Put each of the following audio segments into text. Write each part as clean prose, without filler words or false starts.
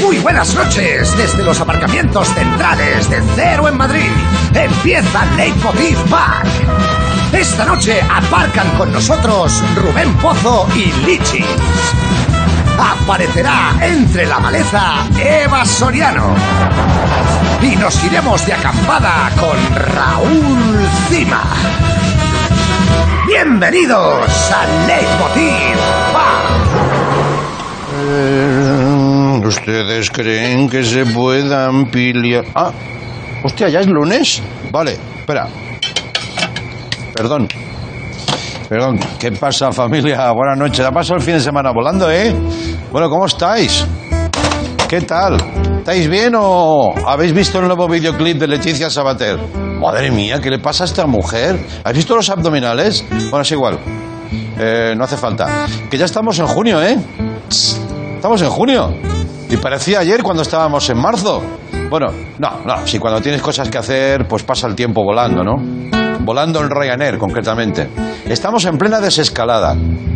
Muy buenas noches desde los aparcamientos centrales de Cero en Madrid. Empieza Leitmotiv Park. Esta noche aparcan con nosotros Rubén Pozo y Lichis. Aparecerá entre la maleza Eva Soriano. Y nos iremos de acampada con Raúl Cima. ¡Bienvenidos a Leitmotiv Park! ¿Ustedes creen que se puedan piliar? Ah, hostia, ¿ya es lunes? Vale, espera. Perdón, ¿qué pasa, familia? Buenas noches. ¿Ha pasado el fin de semana volando, eh? Bueno, ¿cómo estáis? ¿Qué tal? ¿Estáis bien o habéis visto el nuevo videoclip de Leticia Sabater? Madre mía, ¿qué le pasa a esta mujer? ¿Has visto los abdominales? Bueno, es igual. No hace falta. Que ya estamos en junio, ¿eh? Estamos en junio. Y parecía ayer cuando estábamos en marzo. Bueno, no. Si cuando tienes cosas que hacer, pues pasa el tiempo volando, ¿no? Volando en Ryanair, concretamente. Estamos en plena desescalada.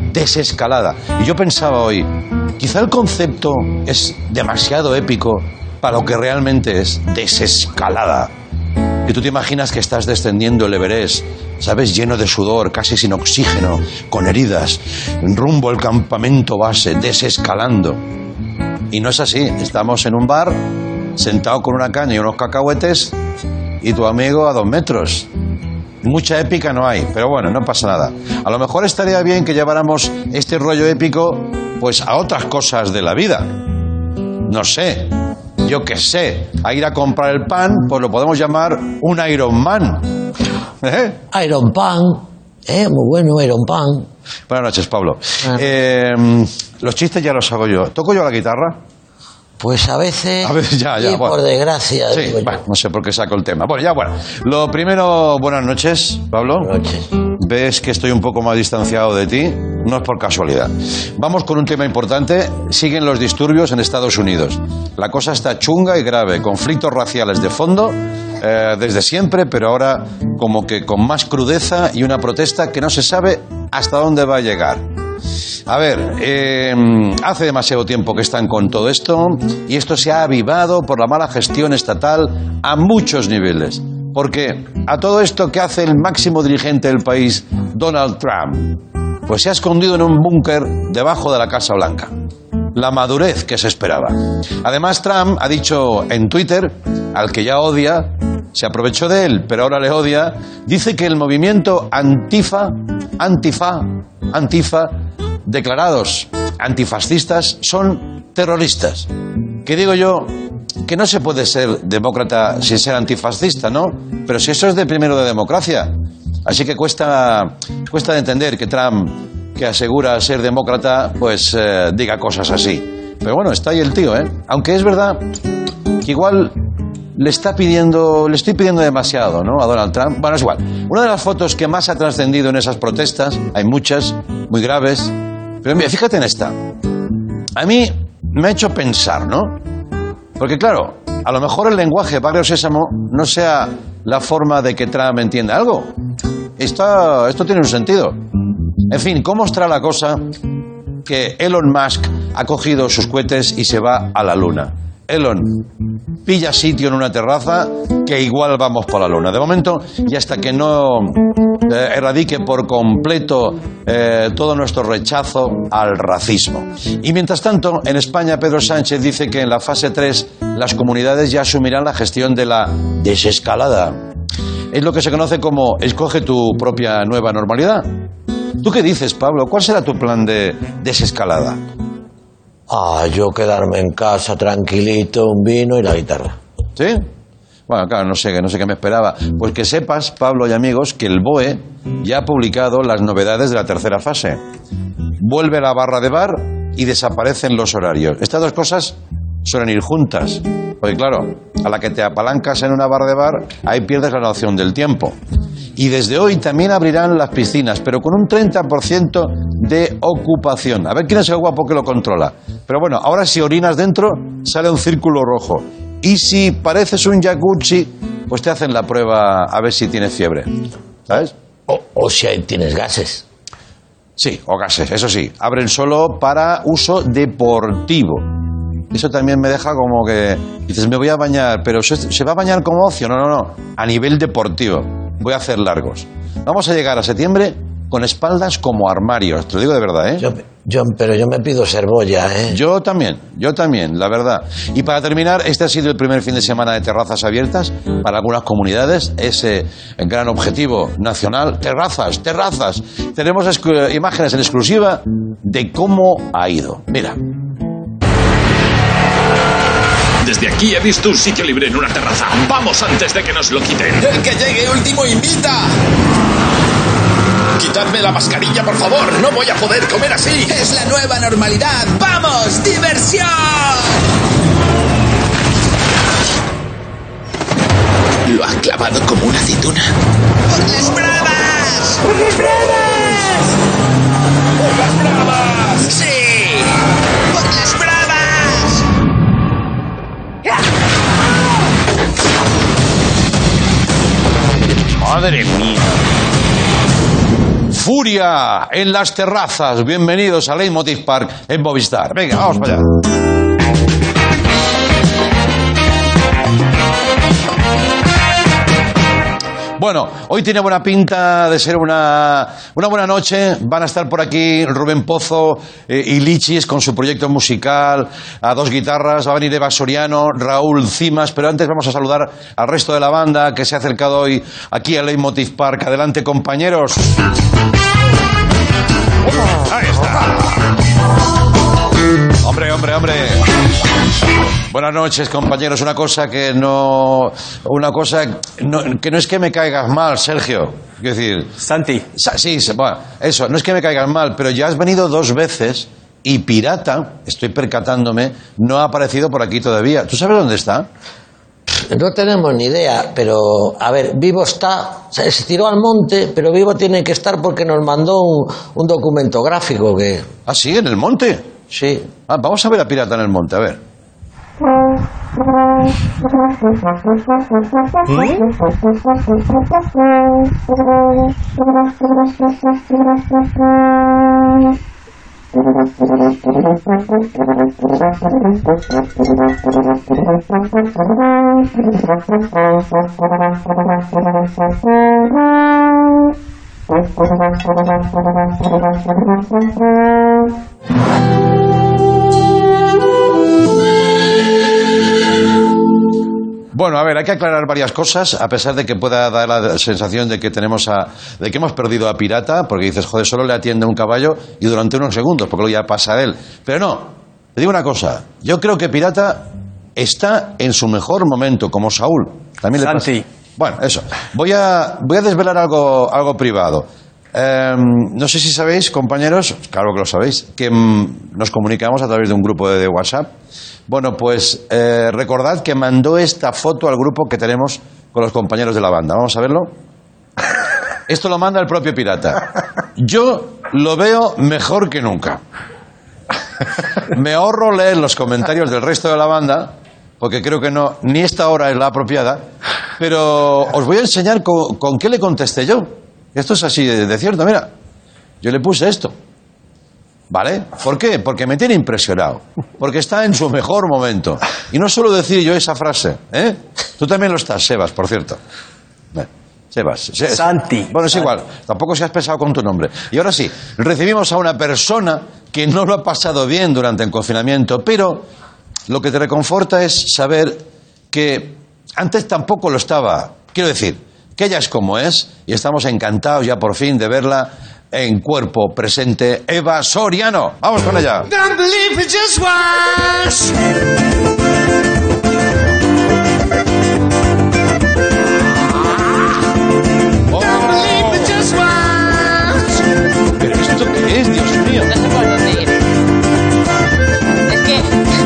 Y yo pensaba hoy, quizá el concepto es demasiado épico para lo que realmente es desescalada. Que tú te imaginas que estás descendiendo el Everest, ¿sabes? Lleno de sudor, casi sin oxígeno, con heridas, rumbo al campamento base, desescalando. Y no es así. Estamos en un bar, sentado con una caña y unos cacahuetes, y tu amigo a 2 metros. Mucha épica no hay, pero bueno, no pasa nada. A lo mejor estaría bien que lleváramos este rollo épico pues a otras cosas de la vida. No sé, yo qué sé, a ir a comprar el pan, pues lo podemos llamar un Iron Man. Iron Pan, muy bueno, Iron Pan. Buenas noches, Pablo. Los chistes ya los hago yo. ¿Toco yo la guitarra? Pues a veces ya, y bueno. Por desgracia. Sí, bueno, no sé por qué saco el tema. Bueno. Lo primero, buenas noches, Pablo. Buenas noches. Ves que estoy un poco más distanciado de ti, no es por casualidad. Vamos con un tema importante. Siguen los disturbios en Estados Unidos. La cosa está chunga y grave. Conflictos raciales de fondo, desde siempre, pero ahora como que con más crudeza y una protesta que no se sabe hasta dónde va a llegar. A ver, hace demasiado tiempo que están con todo esto y esto se ha avivado por la mala gestión estatal a muchos niveles. Porque a todo esto, ¿qué hace el máximo dirigente del país, Donald Trump? Pues se ha escondido en un búnker debajo de la Casa Blanca. La madurez que se esperaba. Además, Trump ha dicho en Twitter, al que ya odia, se aprovechó de él, pero ahora le odia, dice que el movimiento Antifa, declarados antifascistas, son terroristas. Que digo yo, que no se puede ser demócrata sin ser antifascista, ¿no? Pero si eso es de primero de democracia. Así que cuesta de entender que Trump, que asegura ser demócrata, pues diga cosas así. Pero bueno, está ahí el tío, ¿eh? Aunque es verdad que igual le estoy pidiendo demasiado, ¿no? A Donald Trump. Bueno, es igual. Una de las fotos que más ha trascendido en esas protestas, hay muchas, muy graves, pero mira, fíjate en esta. A mí me ha hecho pensar, ¿no? Porque claro, a lo mejor el lenguaje Barrio Sésamo no sea la forma de que Trump entienda algo. Esto tiene un sentido. En fin, ¿cómo estará la cosa que Elon Musk ha cogido sus cohetes y se va a la Luna? Elon, pilla sitio en una terraza que igual vamos por la Luna. De momento, y hasta que no erradique por completo todo nuestro rechazo al racismo. Y mientras tanto, en España, Pedro Sánchez dice que en la fase 3 las comunidades ya asumirán la gestión de la desescalada. Es lo que se conoce como escoge tu propia nueva normalidad. ¿Tú qué dices, Pablo? ¿Cuál será tu plan de desescalada? Yo quedarme en casa tranquilito, un vino y la guitarra. ¿Sí? Bueno, claro, no sé qué me esperaba. Pues que sepas, Pablo y amigos, que el BOE ya ha publicado las novedades de la tercera fase. Vuelve la barra de bar y desaparecen los horarios. Estas dos cosas suelen ir juntas. Porque claro, a la que te apalancas en una barra de bar, ahí pierdes la noción del tiempo. Y desde hoy también abrirán las piscinas, pero con un 30% de ocupación. A ver quién es el guapo que lo controla. Pero bueno, ahora si orinas dentro, sale un círculo rojo. Y si pareces un jacuzzi, pues te hacen la prueba a ver si tienes fiebre. ¿Sabes? O si ahí tienes gases. Sí, o gases, eso sí. Abren solo para uso deportivo. Eso también me deja como que... Dices, me voy a bañar, pero ¿se va a bañar como ocio? No. A nivel deportivo. Voy a hacer largos. Vamos a llegar a septiembre con espaldas como armarios. Te lo digo de verdad, ¿eh? Pero yo me pido ser boya, ¿eh? Yo también, la verdad. Y para terminar, este ha sido el primer fin de semana de terrazas abiertas para algunas comunidades. Ese gran objetivo nacional. Terrazas. Tenemos imágenes en exclusiva de cómo ha ido. Mira. Desde aquí he visto un sitio libre en una terraza. ¡Vamos antes de que nos lo quiten! ¡El que llegue último invita! ¡Quitadme la mascarilla, por favor! ¡No voy a poder comer así! ¡Es la nueva normalidad! ¡Vamos! ¡Diversión! Lo ha clavado como una aceituna. ¡Por las bravas! ¡Por las bravas! ¡Por las bravas! ¡Sí! ¡Por las bravas! ¡Madre mía! Furia en las terrazas. Bienvenidos a Leitmotiv Park en Movistar. Venga, vamos para allá. Bueno, hoy tiene buena pinta de ser una buena noche. Van a estar por aquí Rubén Pozo y Lichis con su proyecto musical a dos guitarras. Va a venir Eva Soriano, Raúl Cimas. Pero antes vamos a saludar al resto de la banda que se ha acercado hoy aquí a Leitmotiv Park. Adelante, compañeros. Ahí está. Hombre. Buenas noches, compañeros. Una cosa que no es que me caigas mal, Sergio. Quiero decir... Santi. Sí, bueno, eso. No es que me caigas mal, pero ya has venido 2 veces y Pirata, estoy percatándome, no ha aparecido por aquí todavía. ¿Tú sabes dónde está? No tenemos ni idea, pero, a ver, Vivo está, se tiró al monte, pero Vivo tiene que estar porque nos mandó un documento gráfico que... Ah, sí, en el monte. Sí. Ah, vamos a ver a Pirata en el monte, a ver. Bueno, a ver, hay que aclarar varias cosas, a pesar de que pueda dar la sensación de que de que hemos perdido a Pirata, porque dices, joder, solo le atiende un caballo y durante unos segundos, porque luego ya pasa él. Pero no, te digo una cosa, yo creo que Pirata está en su mejor momento, como Saúl. También le pasa. Bueno, eso. Voy a desvelar algo privado. No sé si sabéis, compañeros, claro que lo sabéis, que nos comunicamos a través de un grupo de WhatsApp. Bueno, pues recordad que mandó esta foto al grupo que tenemos con los compañeros de la banda. Vamos a verlo. Esto lo manda el propio Pirata. Yo lo veo mejor que nunca. Me ahorro leer los comentarios del resto de la banda, porque creo que no, ni esta hora es la apropiada, pero os voy a enseñar con qué le contesté yo. Esto es así de cierto, mira. Yo le puse esto. ¿Vale? ¿Por qué? Porque me tiene impresionado. Porque está en su mejor momento. Y no suelo decir yo esa frase, ¿eh? Tú también lo estás, Sebas, por cierto. Sebas. Santi. Bueno, es igual. Tampoco se has pesado con tu nombre. Y ahora sí, recibimos a una persona que no lo ha pasado bien durante el confinamiento, pero lo que te reconforta es saber que antes tampoco lo estaba. Quiero decir, que ella es como es y estamos encantados ya por fin de verla en cuerpo presente. Eva Soriano. Vamos con ella. Don't believe it just once. Don't believe it just once. ¿Pero esto qué es, Dios mío? No sé por dónde ir. Es que...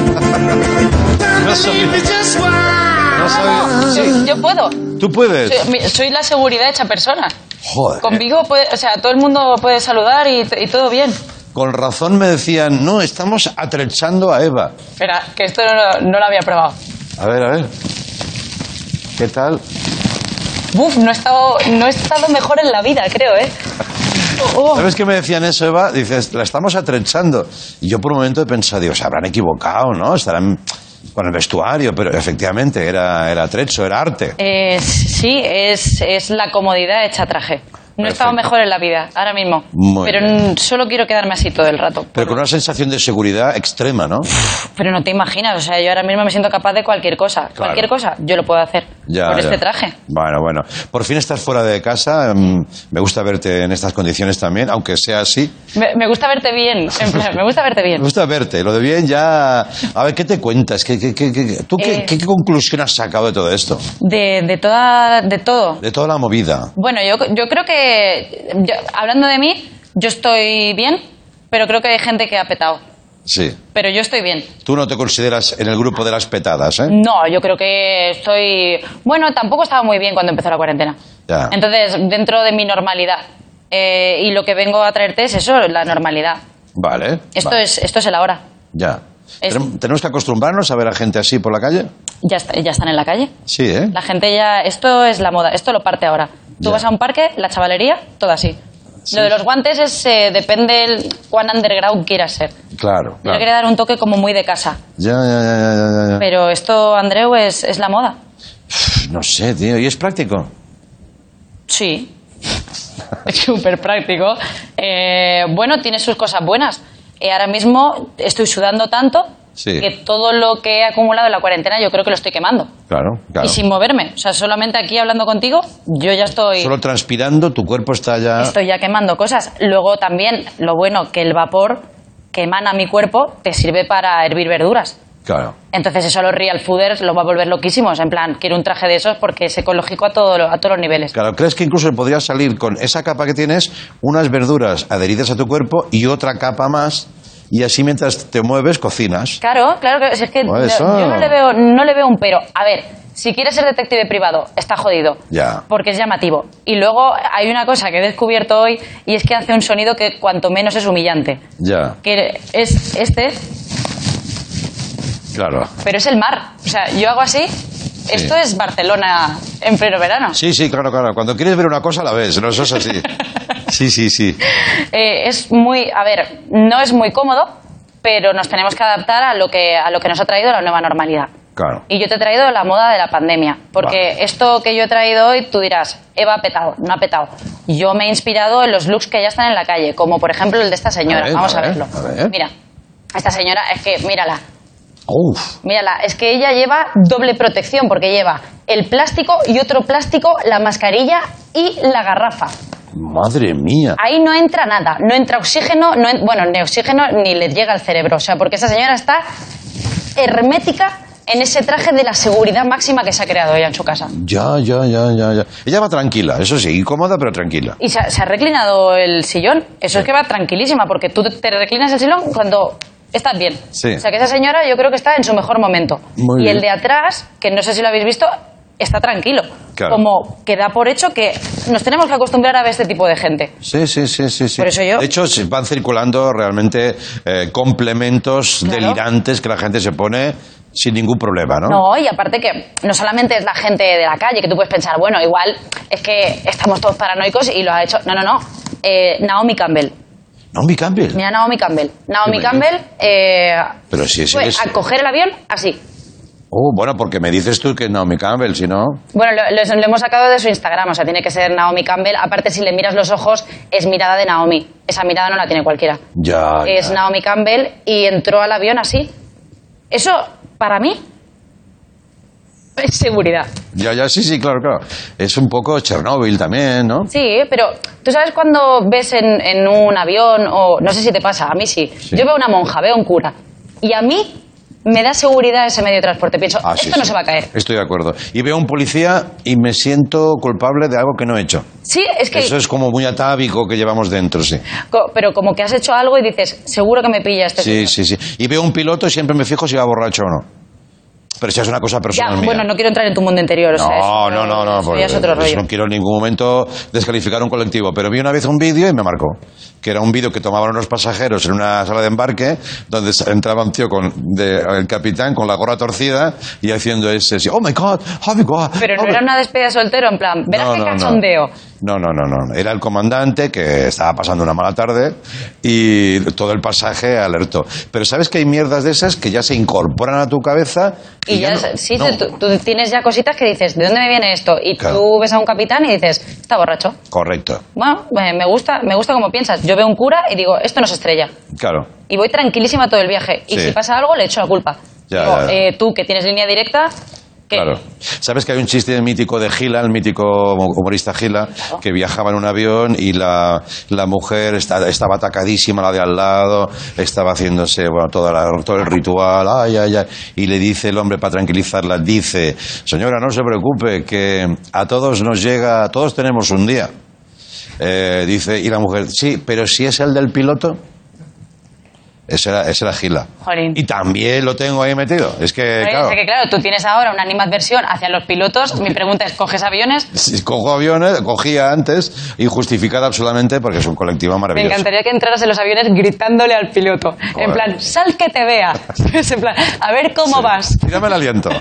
No Believe it just once. Sí. Yo puedo. ¿Tú puedes? Soy la seguridad hecha persona. Joder. Conmigo, o sea, todo el mundo puede saludar y todo bien. Con razón me decían, no, estamos atrechando a Eva. Espera, que esto no lo había probado. A ver. ¿Qué tal? Buf, no he estado mejor en la vida, creo, ¿eh? ¿Sabes qué me decían eso, Eva? Dices, la estamos atrechando. Y yo por un momento he pensado, digo, se habrán equivocado, ¿no? Estarán con el vestuario, pero efectivamente era atrecho, era arte. Sí, es la comodidad hecha traje. No he estado mejor en la vida, ahora mismo. Pero solo quiero quedarme así todo el rato. Pero con una sensación de seguridad extrema, ¿no? Pero no te imaginas, o sea, yo ahora mismo me siento capaz de cualquier cosa. Claro. Cualquier cosa, yo lo puedo hacer con este traje. Bueno. Por fin estás fuera de casa. Me gusta verte en estas condiciones también, aunque sea así. Me gusta verte bien, en plan, me gusta verte bien. Me gusta verte. Lo de bien ya... A ver, ¿qué te cuentas? ¿Tú qué conclusión has sacado de todo esto? De todo. De toda la movida. Bueno, yo creo que, hablando de mí, yo estoy bien, pero creo que hay gente que ha petado. Sí. Pero yo estoy bien. Tú no te consideras en el grupo de las petadas, ¿eh? No, yo creo que estoy... Bueno, tampoco estaba muy bien cuando empezó la cuarentena. Ya. Entonces, dentro de mi normalidad. Y lo que vengo a traerte es eso, la normalidad. Vale. Esto es el ahora. Ya. ¿Tenemos que acostumbrarnos a ver a gente así por la calle? Ya están en la calle. Sí, ¿eh? La gente ya... Esto es la moda, esto lo parte ahora. Tú vas a un parque, la chavalería, todo así. Sí. Lo de los guantes depende de cuán underground quieras ser. Claro. Yo le quería dar un toque como muy de casa. Ya. Pero esto, Andreu, es la moda. No sé, tío. ¿Y es práctico? Sí. Es súper práctico. Bueno, tiene sus cosas buenas. Ahora mismo estoy sudando tanto que todo lo que he acumulado en la cuarentena yo creo que lo estoy quemando. Claro. Y sin moverme. O sea, solamente aquí hablando contigo, yo ya estoy... Solo transpirando, tu cuerpo está ya... Estoy ya quemando cosas. Luego también, lo bueno, que el vapor que emana mi cuerpo te sirve para hervir verduras. Claro. Entonces eso a los real fooders lo va a volver loquísimos. En plan, quiero un traje de esos porque es ecológico a todos los niveles. Claro, ¿crees que incluso podrías salir con esa capa que tienes, unas verduras adheridas a tu cuerpo y otra capa más... Y así mientras te mueves, cocinas. Claro, que es que yo no le veo un pero. A ver, si quieres ser detective privado, está jodido. Ya. Porque es llamativo. Y luego hay una cosa que he descubierto hoy y es que hace un sonido que cuanto menos es humillante. Ya. Que es este. Claro. Pero es el mar. O sea, yo hago así. Sí. Esto es Barcelona en pleno verano. Sí, claro. Cuando quieres ver una cosa la ves, ¿no? Eso es así. Sí. Es muy... A ver, no es muy cómodo, pero nos tenemos que adaptar a lo que nos ha traído la nueva normalidad. Claro. Y yo te he traído la moda de la pandemia. Porque esto que yo he traído hoy, tú dirás, Eva ha petado, no ha petado. Yo me he inspirado en los looks que ya están en la calle, como por ejemplo el de esta señora. Vamos a verlo. A ver. Mira, esta señora, es que, mírala. Uf. Mírala, es que ella lleva doble protección, porque lleva el plástico y otro plástico, la mascarilla y la garrafa. Madre mía. Ahí no entra nada, no entra oxígeno, ni oxígeno ni le llega al cerebro. O sea, porque esa señora está hermética en ese traje de la seguridad máxima que se ha creado ella en su casa. Ya. Ella va tranquila, eso sí, cómoda pero tranquila. Y se ha reclinado el sillón. Eso es que va tranquilísima, porque tú te reclinas el sillón cuando... estás bien. Sí. O sea, que esa señora yo creo que está en su mejor momento. Muy y bien. el de atrás, que no sé si lo habéis visto, está tranquilo. Claro. Como que da por hecho que nos tenemos que acostumbrar a ver este tipo de gente. Sí. Por eso yo... De hecho, se van circulando realmente complementos delirantes que la gente se pone sin ningún problema, ¿no? No, y aparte que no solamente es la gente de la calle, que tú puedes pensar, bueno, igual es que estamos todos paranoicos y lo ha hecho... No. Naomi Campbell. Naomi Campbell. Mira, Naomi Campbell. Naomi Campbell Pero si fue a coger el avión así. Bueno, porque me dices tú que es Naomi Campbell, si no... Bueno, lo hemos sacado de su Instagram, o sea, tiene que ser Naomi Campbell. Aparte, si le miras los ojos, es mirada de Naomi. Esa mirada no la tiene cualquiera. Ya. Es Naomi Campbell y entró al avión así. Eso, para mí, es seguridad. Ya, sí, claro. Es un poco Chernóbil también, ¿no? Sí, pero tú sabes cuando ves en un avión, o no sé si te pasa, a mí sí. Yo veo una monja, veo un cura, y a mí me da seguridad ese medio de transporte. Pienso, esto no se va a caer. Estoy de acuerdo. Y veo a un policía y me siento culpable de algo que no he hecho. Sí, es que... Eso es como muy atávico que llevamos dentro, sí. Pero como que has hecho algo y dices, seguro que me pilla este señor. Sí. Y veo a un piloto y siempre me fijo si va borracho o no. Pero si es una cosa personal mía. Bueno, no quiero entrar en tu mundo interior. No, eso ya es otro rollo. No quiero en ningún momento descalificar un colectivo, pero vi una vez un vídeo y me marcó. Que era un vídeo que tomaban unos pasajeros en una sala de embarque, donde entraba un tío el capitán con la gorra torcida y haciendo ese, oh my God. Pero no era una despedida de soltero, en plan, verás qué cachondeo. No. Era el comandante que estaba pasando una mala tarde y todo el pasaje alertó. Pero ¿sabes que hay mierdas de esas que ya se incorporan a tu cabeza? Y ya tú tienes ya cositas que dices, ¿de dónde me viene esto? Y tú ves a un capitán y dices, está borracho. Correcto. Bueno, me gusta como piensas. Yo veo un cura y digo, esto no se estrella. Claro. Y voy tranquilísima todo el viaje. Y si pasa algo, le echo la culpa. Ya. Tú, que tienes línea directa... Claro. ¿Sabes que hay un chiste mítico de Gila, el mítico humorista Gila, que viajaba en un avión y la mujer estaba atacadísima, la de al lado, estaba haciéndose todo el ritual, ay, y le dice el hombre para tranquilizarla, dice, señora, no se preocupe, que a todos nos llega, todos tenemos un día. Dice, y la mujer, sí, pero si es el del piloto... Ese era Gila. Jolín. Y también lo tengo ahí metido. Es que, claro, tú tienes ahora una animadversión hacia los pilotos. Mi pregunta es, ¿coges aviones? Sí, cojo aviones, cogía antes, injustificada absolutamente, porque es un colectivo maravilloso. Me encantaría que entraras en los aviones gritándole al piloto. Joder. En plan, sal que te vea. En plan, a ver cómo vas. Tírame el aliento.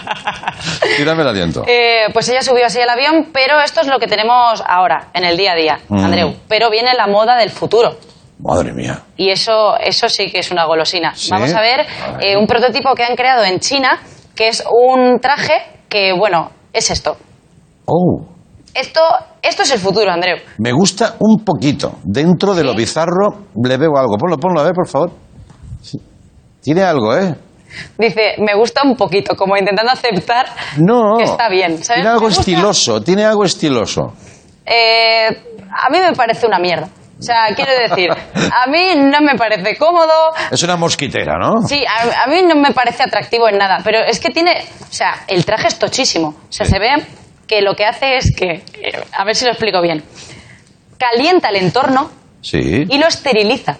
Pues ella subió así al avión, pero esto es lo que tenemos ahora, en el día a día, Andreu. Pero viene la moda del futuro. Madre mía. Y eso sí que es una golosina. ¿Sí? Vamos a ver un prototipo que han creado en China, que es un traje que, bueno, es esto. Oh. Esto es el futuro, Andreu. Me gusta un poquito. Dentro de lo bizarro le veo algo. Ponlo a ver, por favor. Sí. Tiene algo, ¿eh? Dice, me gusta un poquito, como intentando aceptar que está bien. ¿Sabes? Tiene algo estiloso. A mí me parece una mierda. O sea, quiero decir, a mí no me parece cómodo. Es una mosquitera, ¿no? Sí, a mí no me parece atractivo en nada, pero es que tiene... O sea, el traje es tochísimo. O sea, se ve que lo que hace es que... A ver si lo explico bien. Calienta el entorno y lo esteriliza.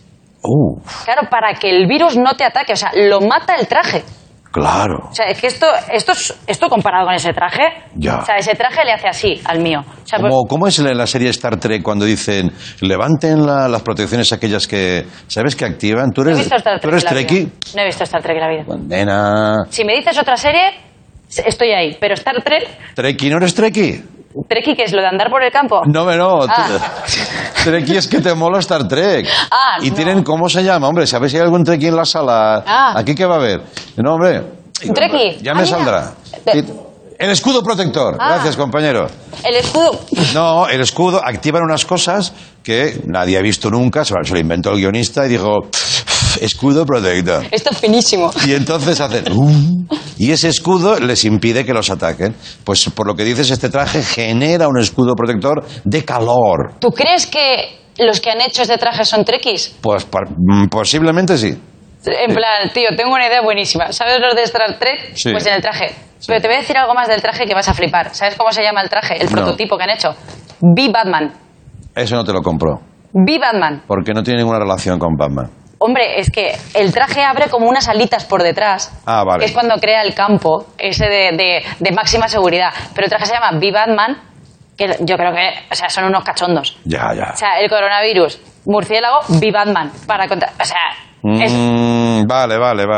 Claro, para que el virus no te ataque. O sea, lo mata el traje. Claro. O sea, es que esto comparado con ese traje, ya. O sea, ese traje le hace así al mío. O sea, ¿Cómo es en la serie Star Trek cuando dicen levanten las protecciones aquellas que, ¿sabes? Que activan? ¿Tú eres Trekkie? No he visto Star Trek en la vida. Condena. Si me dices otra serie, estoy ahí. Pero Star Trek... ¿Trekkie? ¿No eres Trekkie? ¿Trekkie qué es lo de andar por el campo? No. Trekkie es que te mola Star Trek. Y tienen, ¿cómo se llama? Hombre, ¿sabes si hay algún Trekkie en la sala? ¿Aquí qué va a haber? No, hombre. ¿Un Trekkie? Ya me saldrá. El escudo protector. Gracias, compañero. ¿El escudo? No, el escudo activan unas cosas que nadie ha visto nunca. Se lo inventó el guionista y dijo... Escudo protector. Esto es finísimo. Y entonces hacen... y ese escudo les impide que los ataquen. Pues por lo que dices, este traje genera un escudo protector de calor. ¿Tú crees que los que han hecho este traje son trekkies? Pues posiblemente sí. En plan, tío, tengo una idea buenísima. ¿Sabes los de Star Trek? Sí. Pues en el traje. Sí. Pero te voy a decir algo más del traje que vas a flipar. ¿Sabes cómo se llama el traje? El prototipo que han hecho. Be Batman. Eso no te lo compro. Be Batman. Porque no tiene ninguna relación con Batman. Hombre, es que el traje abre como unas alitas por detrás. Vale. Que es cuando crea el campo, ese de máxima seguridad. Pero el traje se llama Be Batman, que yo creo que, o sea, son unos cachondos. Ya. O sea, el coronavirus, murciélago, Be Batman. O sea... Vale.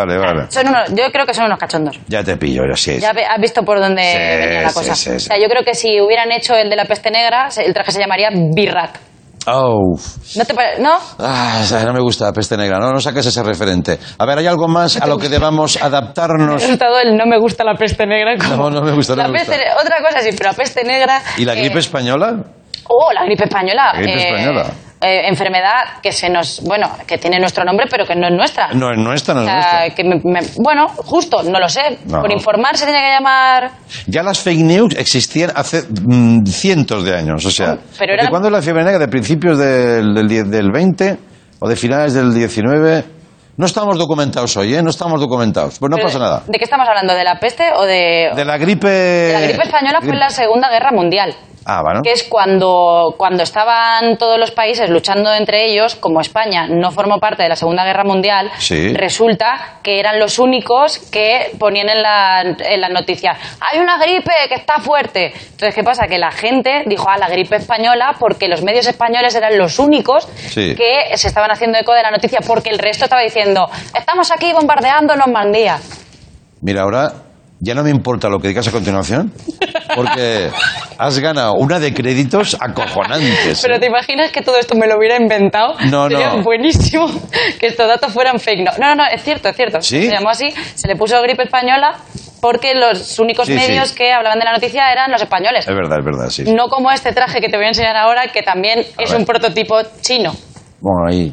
Yo creo que son unos cachondos. Ya te pillo, sí. Ya has visto por dónde venía la cosa. Sí. O sea, yo creo que si hubieran hecho el de la peste negra, el traje se llamaría B-Rat. ¿No te parece? ¿No? No me gusta la peste negra, no saques ese referente. A ver, ¿hay algo más a lo que debamos adaptarnos? Me ha gustado el no me gusta la peste negra. No me gusta. Otra cosa sí, pero la peste negra... ¿Y la gripe española? La gripe española. La gripe española. Enfermedad que que tiene nuestro nombre, pero que no es nuestra. No es nuestra. Justo, no lo sé. No. Por informar se tiene que llamar... Ya las fake news existían hace cientos de años. O sea, ¿de cuándo es la fiebre negra? ¿De principios del 20 o de finales del 19? No estamos documentados hoy, ¿eh? No estamos documentados. Pues no pasa nada. ¿De qué estamos hablando? ¿De la peste o de...? De la gripe... De la gripe española fue en la Segunda Guerra Mundial. bueno. Que es cuando estaban todos los países luchando entre ellos, como España no formó parte de la Segunda Guerra Mundial, sí. Resulta que eran los únicos que ponían en las noticias: hay una gripe que está fuerte. Entonces, ¿qué pasa? Que la gente dijo: la gripe española, porque los medios españoles eran los únicos que se estaban haciendo eco de la noticia, porque el resto estaba diciendo: estamos aquí bombardeando Normandía. Mira, ahora ya no me importa lo que digas a continuación, porque has ganado una de créditos acojonantes. Pero ¿te imaginas que todo esto me lo hubiera inventado? No, Sería buenísimo que estos datos fueran fake. No, es cierto. ¿Sí? Se llamó así, se le puso gripe española porque los únicos medios que hablaban de la noticia eran los españoles. Es verdad, sí. No como este traje que te voy a enseñar ahora, que también es un prototipo chino. Bueno, ahí.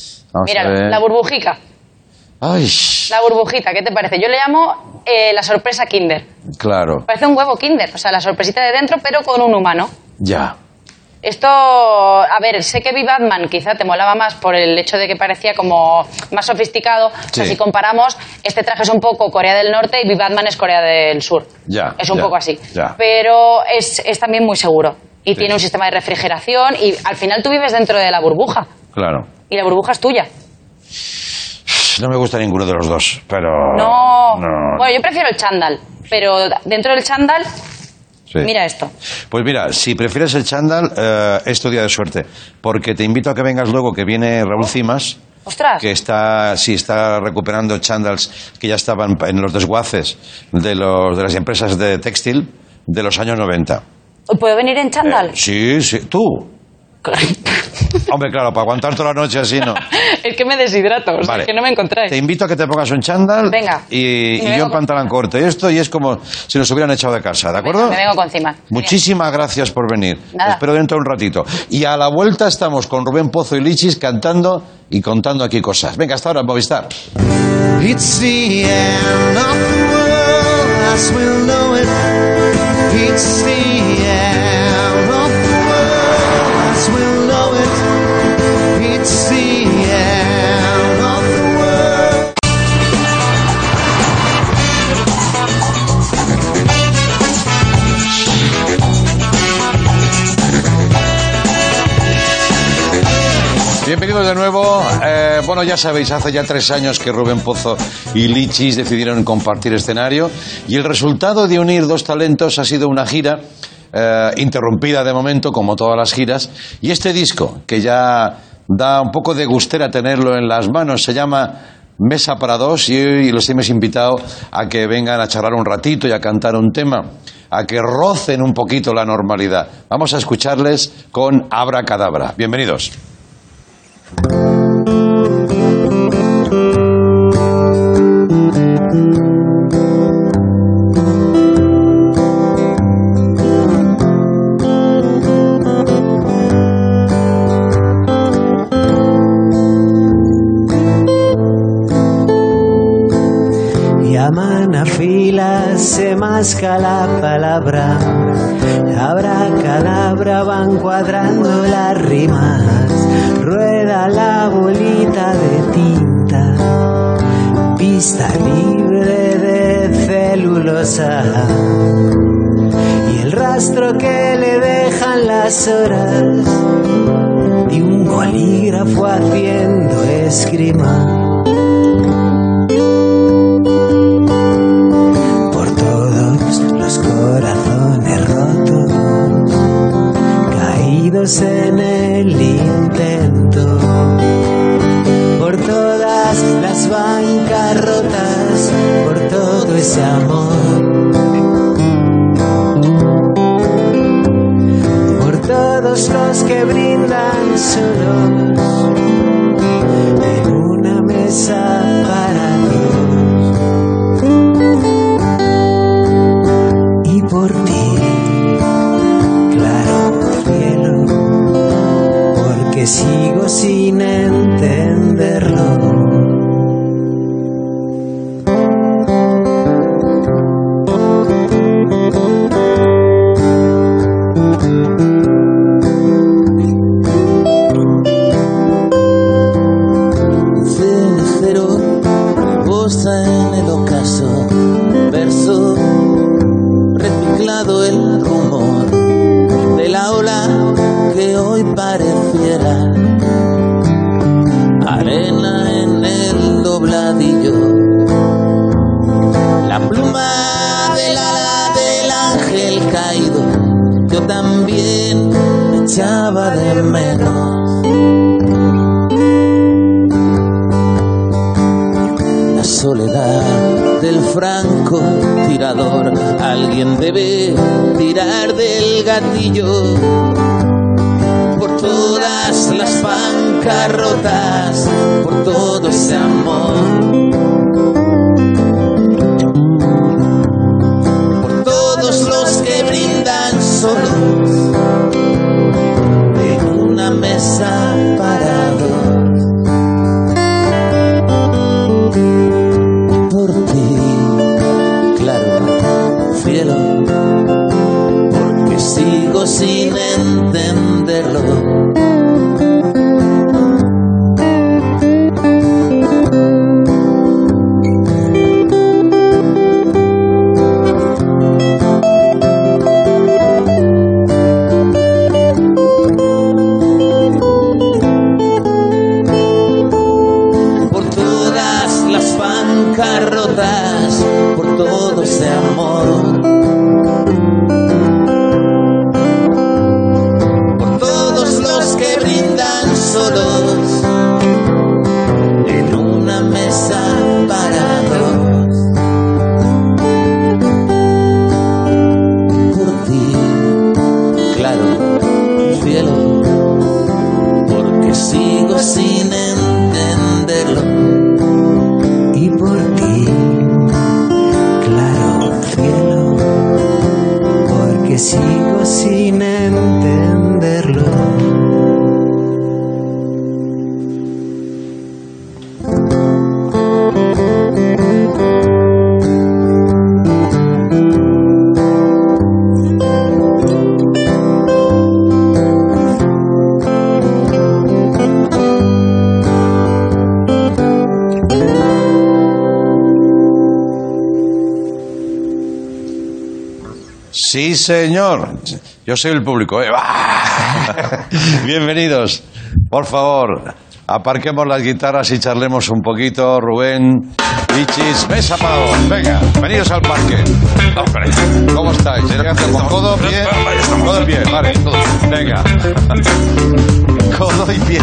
Mira, la burbujica. Ay. La burbujita, ¿qué te parece? Yo le llamo la sorpresa Kinder. Claro. Parece un huevo Kinder, o sea, la sorpresita de dentro, pero con un humano. Ya. Esto, a ver, sé que Batman quizá te molaba más por el hecho de que parecía como más sofisticado. O sea, si comparamos, este traje es un poco Corea del Norte y Batman es Corea del Sur. Ya. Es un poco así. Ya. Pero es también muy seguro. Y tiene un sistema de refrigeración y al final tú vives dentro de la burbuja. Claro. Y la burbuja es tuya. No me gusta ninguno de los dos, pero... No. Bueno, yo prefiero el chándal, pero dentro del chándal... Sí. Mira esto. Pues mira, si prefieres el chándal, es tu día de suerte, porque te invito a que vengas luego, que viene Raúl Cimas. ¡Ostras! Que está recuperando chándals que ya estaban en los desguaces de las empresas de textil de los años 90. ¿Puedo venir en chándal? Sí, tú. Hombre, claro, para aguantar toda la noche así, ¿no? Es que me deshidrato, o sea, es que no me encontráis. Te invito a que te pongas un chándal. Venga. Y yo en pantalón corto. Y es como si nos hubieran echado de casa, ¿de acuerdo? Venga, me vengo con encima. Muchísimas gracias por venir. Nada. Espero dentro de un ratito. Y a la vuelta estamos con Rubén Pozo y Lichis cantando y contando aquí cosas. Venga, hasta ahora, Movistar. It's the end of the world as we'll know it. It's the end of the world as we'll know it. It's the end of the world. Bienvenidos de nuevo. Bueno, ya sabéis, hace ya 3 años que Rubén Pozo y Lichis decidieron compartir escenario y el resultado de unir dos talentos ha sido una gira interrumpida de momento, como todas las giras, y este disco, que ya da un poco de gustera tenerlo en las manos, se llama Mesa para Dos, y hoy los hemos invitado a que vengan a charlar un ratito y a cantar un tema, a que rocen un poquito la normalidad. Vamos a escucharles con Abracadabra. Bienvenidos. Llaman a filas, se masca la palabra, abracadabra, van cuadrando las rimas, rueda la bolita de tinta, pista libre de celulosa, y el rastro que le dejan las horas de un bolígrafo haciendo esgrima. Corazones rotos, caídos en el intento, por todas las bancarrotas, por todo ese amor, por todos los que brindan solos en una mesa para dos. Por ti, claro cielo, porque sigo sin entenderlo. Cero, goza en el ocaso, verso reciclado el rumor de la ola que hoy pareciera arena en el dobladillo. La pluma del ala del ángel caído, yo también me echaba de menos. La soledad del franco tirador, alguien debe tirar del gatillo. Por todas las bancarrotas, por todo ese amor, por todos los que brindan solos en una mesa para dos. Por ti, claro, cielo, porque sigo sin entenderlo. Bancarrotas, por todo ese amor, por todos los que brindan solos en una mesa para dos. Por ti, claro, cielo, porque sigo sin entenderlo. Y por ti, claro, cielo, porque sigo sin entenderlo. Sí, señor. Yo soy el público. Bienvenidos. Por favor, aparquemos las guitarras y charlemos un poquito. Rubén, Lichis, mesa para vos. Venga, venidos al parque. ¿Cómo estáis? ¿Qué hacemos? ¿Codo, pie? Codo y pie, vale. Venga. Codo y pie.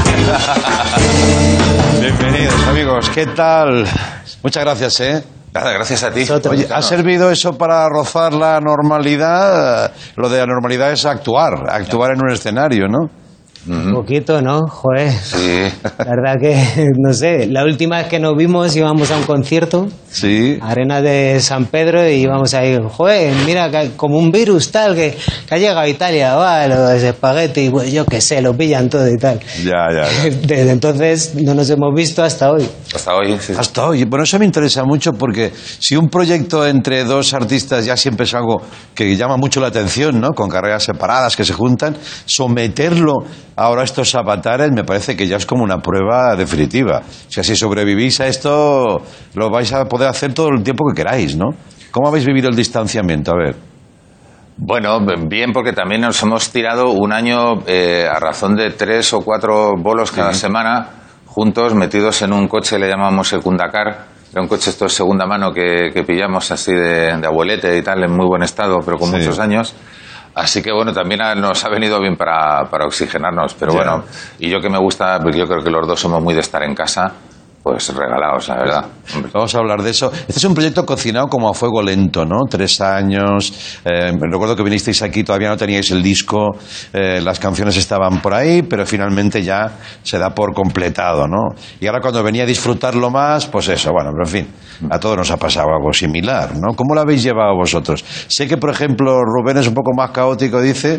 Bienvenidos, amigos. ¿Qué tal? Muchas gracias, Nada, gracias a ti. Oye, ¿ha servido eso para rozar la normalidad? Lo de la normalidad es actuar en un escenario, ¿no? Un poquito, ¿no? Joder. Sí. La verdad que, no sé, la última vez que nos vimos íbamos a un concierto. Sí. Arena de San Pedro y íbamos ahí, joder, mira, como un virus tal que ha llegado a Italia, va, los espaguetis, pues, yo qué sé, lo pillan todo y tal. Ya. Desde entonces no nos hemos visto hasta hoy. Hasta hoy, sí. Hasta hoy. Bueno, eso me interesa mucho porque si un proyecto entre dos artistas ya siempre es algo que llama mucho la atención, ¿no? Con carreras separadas que se juntan, someterlo ahora a estos avatares me parece que ya es como una prueba definitiva. O sea, si sobrevivís a esto, lo vais a poder hacer todo el tiempo que queráis, ¿no? ¿Cómo habéis vivido el distanciamiento? A ver. Bueno, bien, porque también nos hemos tirado un año a razón de 3 o 4 bolos cada semana, juntos, metidos en un coche, le llamamos el Kundacar. Era un coche esto de segunda mano que pillamos así de abuelete y tal, en muy buen estado, pero con muchos años. Así que bueno, también nos ha venido bien para oxigenarnos, pero bueno, y yo que me gusta, pues yo creo que los dos somos muy de estar en casa, pues regalados, la verdad. Vamos a hablar de eso. Este es un proyecto cocinado como a fuego lento, ¿no? 3 años. Recuerdo que vinisteis aquí, todavía no teníais el disco, las canciones estaban por ahí, pero finalmente ya se da por completado, ¿no? Y ahora cuando venía a disfrutarlo más, pues eso, bueno, pero en fin, a todos nos ha pasado algo similar, ¿no? ¿Cómo lo habéis llevado vosotros? Sé que, por ejemplo, Rubén es un poco más caótico, dice,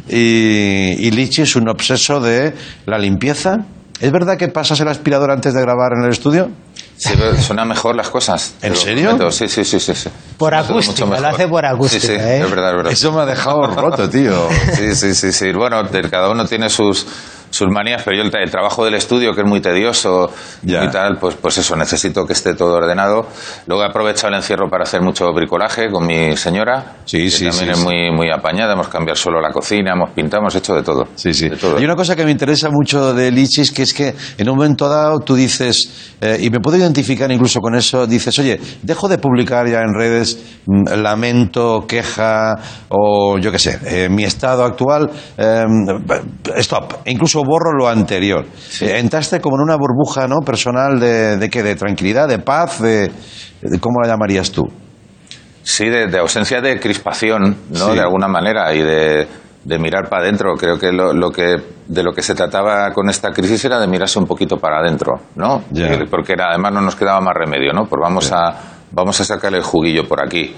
y Lichi es un obseso de la limpieza. ¿Es verdad que pasas el aspirador antes de grabar en el estudio? Sí, pero suenan mejor las cosas. ¿En serio? Sí. Por acústica, lo hace por acústica. Sí, es verdad. Eso me ha dejado roto, tío. Sí. Bueno, cada uno tiene sus sus manías, pero yo el trabajo del estudio, que es muy tedioso y tal, pues eso, necesito que esté todo ordenado. Luego he aprovechado el encierro para hacer mucho bricolaje con mi señora, que también es muy apañada. Hemos cambiado solo la cocina, hemos pintado, hemos hecho de todo. De todo. Hay una cosa que me interesa mucho de Lichis, que es que en un momento dado tú dices, y me puedo identificar incluso con eso, dices, oye, dejo de publicar ya en redes lamento, queja o yo qué sé, mi estado actual, stop, e incluso borro lo anterior. Entraste como en una burbuja, ¿no?, personal de qué, de tranquilidad, de paz, de ¿cómo la llamarías tú? Sí, de ausencia de crispación, ¿no? De alguna manera, y de mirar para adentro. Creo que de lo que se trataba con esta crisis era de mirarse un poquito para adentro, ¿no? Porque además no nos quedaba más remedio, ¿no? Pues vamos a sacarle el juguillo por aquí.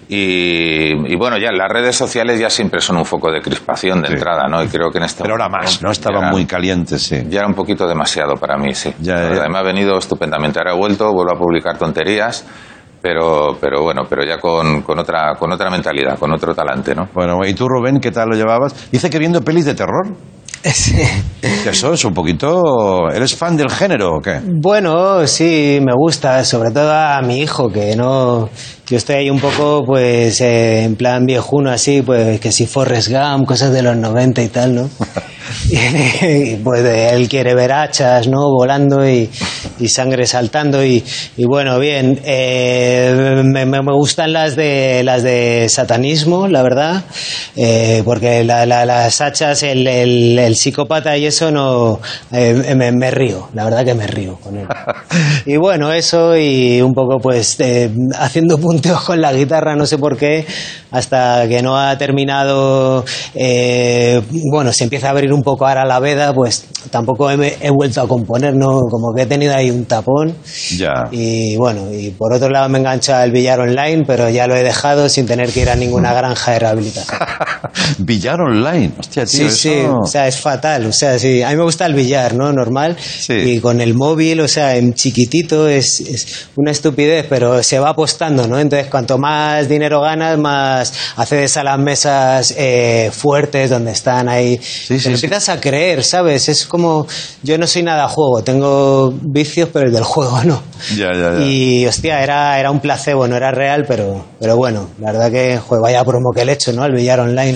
Y bueno, ya las redes sociales ya siempre son un foco de crispación de entrada, ¿no? Y creo que en este Pero ahora más, ¿no? Estaban muy calientes, sí. Ya era un poquito demasiado para mí, sí. Me ha venido estupendamente. Ahora he vuelto a publicar tonterías, pero bueno, pero ya con otra mentalidad, con otro talante, ¿no? Bueno, ¿y tú, Rubén, qué tal lo llevabas? Dice que viendo pelis de terror. Sí. Eso es un poquito... ¿Eres fan del género o qué? Bueno, sí, me gusta, sobre todo a mi hijo, que no... Yo estoy ahí un poco, pues, en plan viejuno, así, pues, que si Forrest Gump, cosas de los 90 y tal, ¿no? Y pues él quiere ver hachas, ¿no?, volando y sangre saltando y bueno, bien, me gustan las de satanismo, la verdad, porque las hachas, el psicópata y eso no, me río, la verdad que me río con él. Y bueno, eso, y un poco pues haciendo punteos con la guitarra, no sé por qué, hasta que no ha terminado, bueno, se empieza a abrir un poco ahora la veda, pues tampoco he vuelto a componer, ¿no? Como que he tenido ahí un tapón. Y bueno, y por otro lado me engancha el billar online, pero ya lo he dejado sin tener que ir a ninguna granja de rehabilitación. ¿Billar online? Hostia, tío, sí, o sea, es fatal, o sea, sí, a mí me gusta el billar, ¿no?, normal, y con el móvil, o sea, en chiquitito es una estupidez, pero se va apostando, ¿no? Entonces, cuanto más dinero ganas, más accedes a las mesas fuertes donde están ahí, empiezas a creer, ¿sabes? Es como, yo no soy nada juego, tengo vicios, pero el del juego no. Y hostia, era un placebo, no era real, pero bueno, la verdad que, joder, vaya promo que le he hecho, ¿no?, al billar online.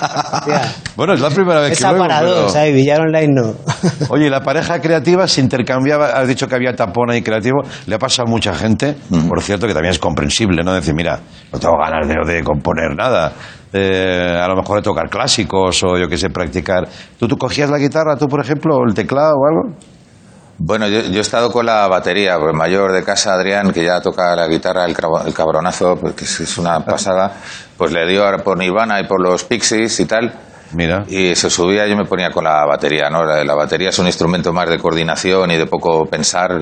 Bueno, es la primera vez que esa paradoja, ¿sabes? Billar online no. Oye, la pareja creativa se intercambiaba, has dicho que había tapón ahí creativo, le ha pasado a mucha gente, por cierto, que también es comprensible, ¿no? Decir, mira, no tengo ganas de componer nada, a lo mejor de tocar clásicos o yo qué sé, practicar. ¿Tú cogías la guitarra, tú, por ejemplo, o el teclado o algo? Bueno, yo he estado con la batería, el mayor de casa, Adrián, que ya toca la guitarra, el cabronazo, pues, que es una pasada, pues le dio ahora por Nirvana y por los Pixies y tal. Mira. Y se subía y yo me ponía con la batería, ¿no? La batería es un instrumento más de coordinación y de poco pensar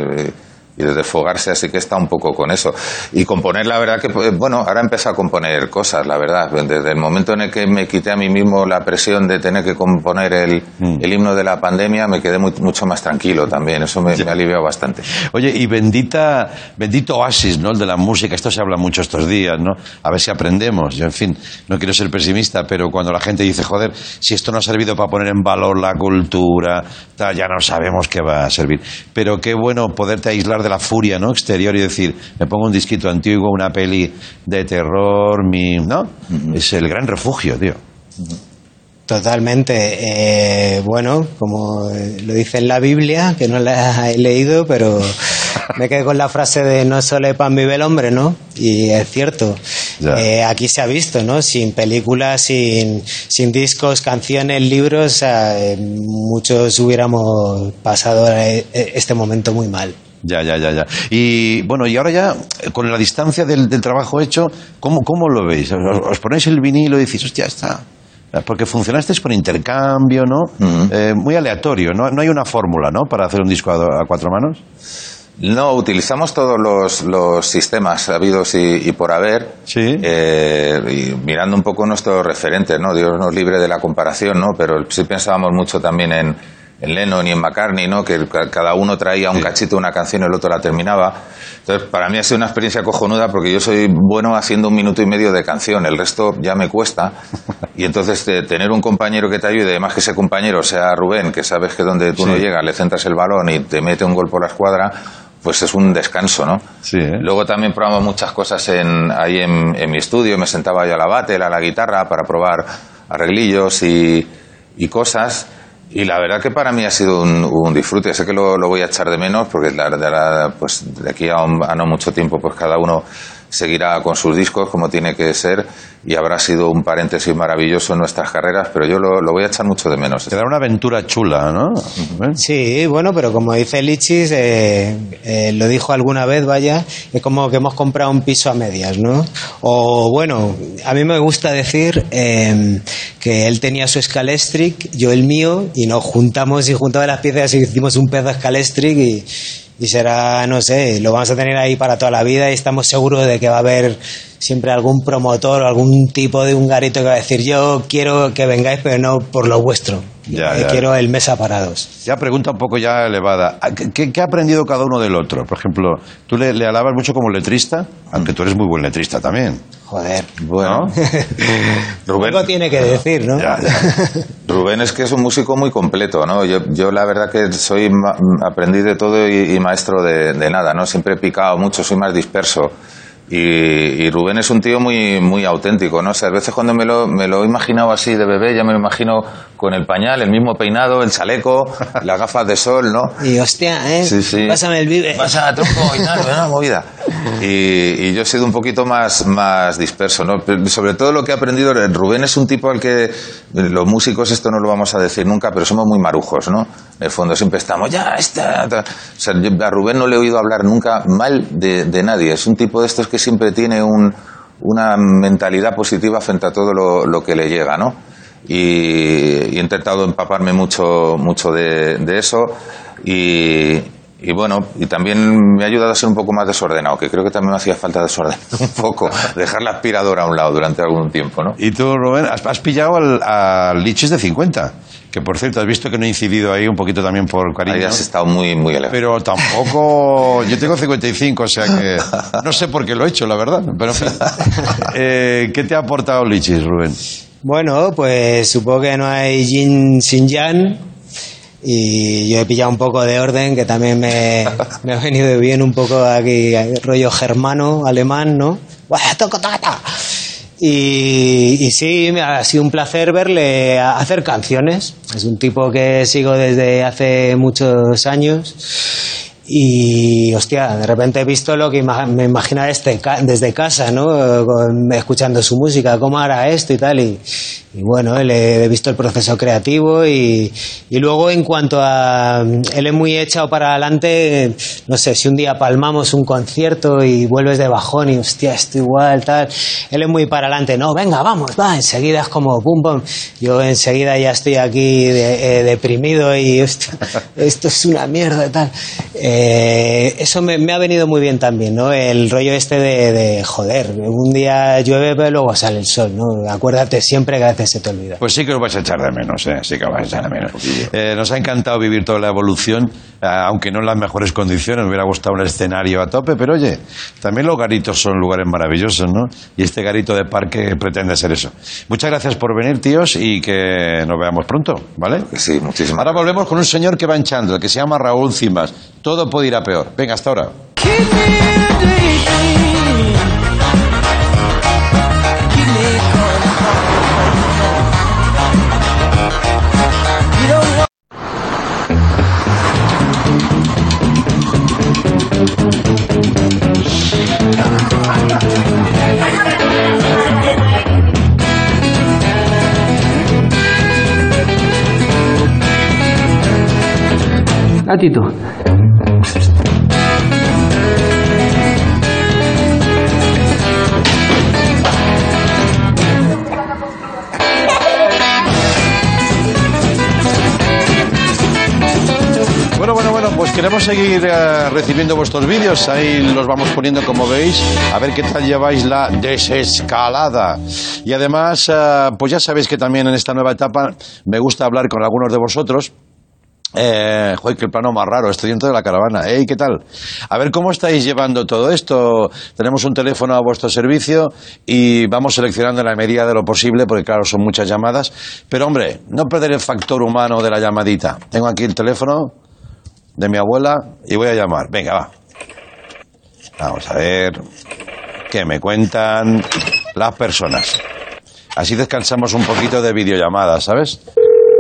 y de desfogarse, así que está un poco con eso. Y componer, la verdad que, bueno, ahora he empezado a componer cosas, la verdad. Desde el momento en el que me quité a mí mismo la presión de tener que componer el himno de la pandemia, me quedé mucho más tranquilo también. Eso me ha aliviado bastante. Oye, y bendito oasis, ¿no?, el de la música. Esto se habla mucho estos días, ¿no? A ver si aprendemos. Yo, en fin, no quiero ser pesimista, pero cuando la gente dice, joder, si esto no ha servido para poner en valor la cultura, tal, ya no sabemos qué va a servir. Pero qué bueno poderte aislar de la furia, ¿no?, exterior y decir, me pongo un disquito antiguo, una peli de terror, ¿no? Es el gran refugio, tío. Totalmente. Bueno, como lo dice en la Biblia, que no la he leído, pero me quedé con la frase de no solo de pan vive el hombre, ¿no? Y es cierto. Aquí se ha visto, ¿no? Sin películas, sin discos, canciones, libros, o sea, muchos hubiéramos pasado este momento muy mal. Ya. Y bueno, y ahora ya, con la distancia del trabajo hecho, ¿cómo lo veis? ¿Os ponéis el vinilo y decís, hostia, está? Porque funcionasteis por intercambio, ¿no? Muy aleatorio, ¿no? No hay una fórmula, ¿no?, para hacer un disco a cuatro manos. No, utilizamos todos los sistemas habidos y por haber. Y mirando un poco nuestros referentes, ¿no? Dios nos libre de la comparación, ¿no? Pero sí pensábamos mucho también Lennon y en McCartney, ¿no? Que cada uno traía un cachito de una canción y el otro la terminaba. Entonces, para mí ha sido una experiencia cojonuda porque yo soy bueno haciendo 1 minuto y medio de canción, el resto ya me cuesta. Y entonces tener un compañero que te ayude, además que ese compañero sea Rubén, que sabes que donde tú no llegas le centras el balón y te mete un gol por la escuadra, pues es un descanso, ¿no? Sí, ¿eh? Luego también probamos muchas cosas ahí en mi estudio, me sentaba yo a la batería, a la guitarra para probar arreglillos y cosas. Y la verdad que para mí ha sido un disfrute. Sé que lo voy a echar de menos porque la verdad, pues de aquí a no mucho tiempo, pues cada uno seguirá con sus discos como tiene que ser y habrá sido un paréntesis maravilloso en nuestras carreras, pero yo lo voy a echar mucho de menos. Será una aventura chula, ¿no? Sí, bueno, pero como dice Lichis, lo dijo alguna vez, vaya, es como que hemos comprado un piso a medias, ¿no? O bueno, a mí me gusta decir que él tenía su Scalestric, yo el mío, y nos juntamos y juntamos las piezas y hicimos un pedazo de Scalestric y será, no sé, lo vamos a tener ahí para toda la vida y estamos seguros de que va a haber siempre algún promotor o algún tipo de un garito que va a decir yo quiero que vengáis pero no por lo vuestro, quiero el Mesa Parados. Ya pregunta un poco ya elevada, ¿qué ha aprendido cada uno del otro? Por ejemplo, tú le alabas mucho como letrista, aunque tú eres muy buen letrista también. Joder, bueno, Rubén algo tiene que decir, ¿no? Ya. Rubén es que es un músico muy completo, ¿no? Yo la verdad que soy aprendiz de todo y maestro de nada, ¿no? Siempre he picado mucho, soy más disperso. Y Rubén es un tío muy, muy auténtico, ¿no? O sea, a veces cuando me lo he imaginado así de bebé, ya me lo imagino con el pañal, el mismo peinado, el chaleco, las gafas de sol, ¿no? Y hostia, Sí. Pásame el vive. Pásame tronco y tal, una movida. Y yo he sido un poquito más disperso, ¿no? Pero sobre todo lo que he aprendido, Rubén es un tipo al que los músicos, esto no lo vamos a decir nunca, pero somos muy marujos, ¿no? En el fondo siempre estamos, O sea, a Rubén no le he oído hablar nunca mal de nadie. Es un tipo de estos que siempre tiene una mentalidad positiva frente a todo lo que le llega, ¿no? Y he intentado empaparme mucho de eso y bueno, y también me ha ayudado a ser un poco más desordenado, que creo que también me hacía falta desordenar un poco, dejar la aspiradora a un lado durante algún tiempo, ¿no? Y tú, Rubén, has pillado al Lichis de 50, que por cierto, has visto que no he incidido ahí un poquito también por cariño. Ahí has estado muy, muy elevado. Pero tampoco... Yo tengo 55, o sea que no sé por qué lo he hecho, la verdad. Pero en fin. ¿Qué te ha aportado Lichis, Rubén? Bueno, pues supongo que no hay yin sin yang. Y yo he pillado un poco de orden, que también me ha venido bien un poco aquí, rollo germano, alemán, ¿no? Y sí, ha sido un placer verle hacer canciones. Es un tipo que sigo desde hace muchos años. Y, hostia, de repente he visto lo que me imaginaba desde casa, ¿no? Escuchando su música, cómo hará esto y tal. Y bueno, he visto el proceso creativo y luego en cuanto a... Él es muy echado para adelante, no sé, si un día palmamos un concierto y vuelves de bajón y, hostia, esto igual, tal... Él es muy para adelante, no, venga, vamos, va, enseguida es como pum, pum. Yo enseguida ya estoy aquí deprimido y, hostia, esto es una mierda, tal... eso me ha venido muy bien también, ¿no? El rollo este de joder, un día llueve pero luego sale el sol, ¿no? Acuérdate siempre que a veces se te olvida. Pues sí que lo vais a echar de menos, sí que lo vais a echar de menos. Nos ha encantado vivir toda la evolución, aunque no en las mejores condiciones, me hubiera gustado un escenario a tope, pero oye, también los garitos son lugares maravillosos, ¿no? Y este garito de parque pretende ser eso. Muchas gracias por venir, tíos, y que nos veamos pronto, ¿vale? Sí, muchísimas. Ahora volvemos con un señor que va hinchando, el que se llama Raúl Cimas. Todo puede ir a peor. Venga, hasta ahora. Gatito. Bueno, pues queremos seguir recibiendo vuestros vídeos, ahí los vamos poniendo como veis, a ver qué tal lleváis la desescalada. Y además, pues ya sabéis que también en esta nueva etapa me gusta hablar con algunos de vosotros Joder, qué plano más raro, estoy dentro de la caravana. ¿Qué tal? A ver, ¿cómo estáis llevando todo esto? Tenemos un teléfono a vuestro servicio y vamos seleccionando en la medida de lo posible, porque claro, son muchas llamadas. Pero hombre, no perder el factor humano de la llamadita. Tengo aquí el teléfono de mi abuela y voy a llamar. Venga, va. Vamos a ver qué me cuentan las personas. Así descansamos un poquito de videollamadas, ¿sabes?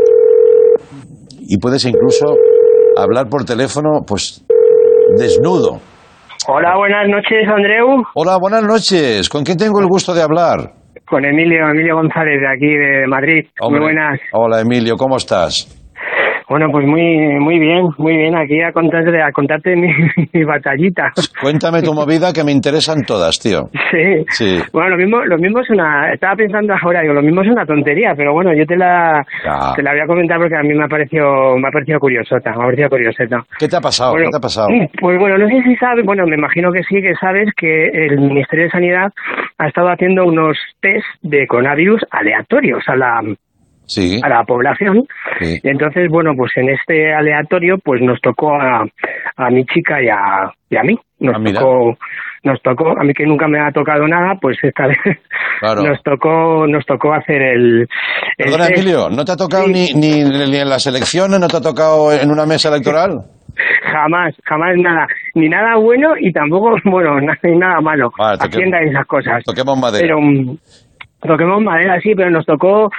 Y puedes incluso hablar por teléfono, pues, desnudo. Hola, buenas noches, Andreu. Hola, buenas noches. ¿Con quién tengo el gusto de hablar? Con Emilio González, de aquí, de Madrid. Hombre. Muy buenas. Hola, Emilio, ¿cómo estás? Bueno, pues muy bien. Aquí a contarte mi batallita. Cuéntame tu movida, que me interesan todas, tío. Sí. Bueno, lo mismo es una... Estaba pensando ahora, lo mismo es una tontería, pero bueno, yo te la voy a comentar porque a mí me ha parecido curiosota. ¿Qué te ha pasado? Bueno, ¿Qué te ha pasado? Pues bueno, no sé si sabes, bueno, me imagino que sí, que sabes que el Ministerio de Sanidad ha estado haciendo unos test de coronavirus aleatorios a la población. Sí. Y entonces, bueno, pues en este aleatorio pues nos tocó a mi chica y a mí. Nos tocó, a mí que nunca me ha tocado nada, pues esta vez claro. nos tocó hacer el Perdona, test. Emilio, ¿no te ha tocado ni en las elecciones, no te ha tocado en una mesa electoral? Jamás nada, ni nada bueno y tampoco, bueno, nada malo. Vale, Hacienda y esas cosas. Toquemos madera. Pero toquemos madera, sí, pero nos tocó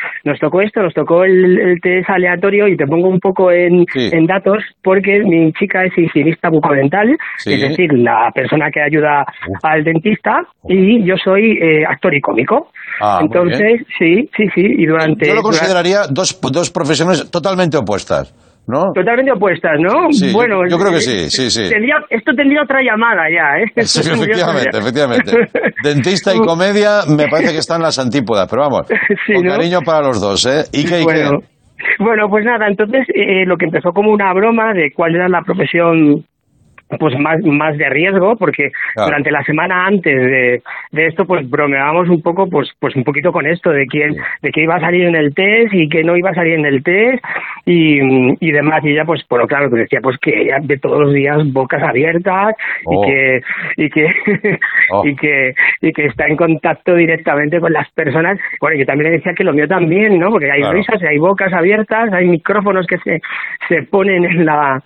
el test aleatorio y te pongo un poco en datos porque mi chica es higienista bucodental, es decir, la persona que ayuda al dentista, y yo soy actor y cómico. Entonces, sí, y durante... Yo lo consideraría dos profesiones totalmente opuestas, ¿no? Totalmente opuestas, ¿no? Sí, bueno, yo creo que sí. Esto tendría otra llamada ya, ¿eh? Sí, efectivamente. Dentista y comedia me parece que están las antípodas, pero vamos, con cariño para los dos, ¿eh? ¿Y qué? Bueno, pues nada, entonces lo que empezó como una broma de cuál era la profesión pues más de riesgo, porque durante la semana antes de esto pues bromeábamos un poco pues un poquito con esto de que iba a salir en el test y que no iba a salir en el test y demás, y ella pues bueno, claro, que decía pues que ella de todos los días bocas abiertas y que está en contacto directamente con las personas. Bueno, yo también le decía que lo mío también, ¿no? Porque hay risas, hay bocas abiertas, hay micrófonos que se ponen en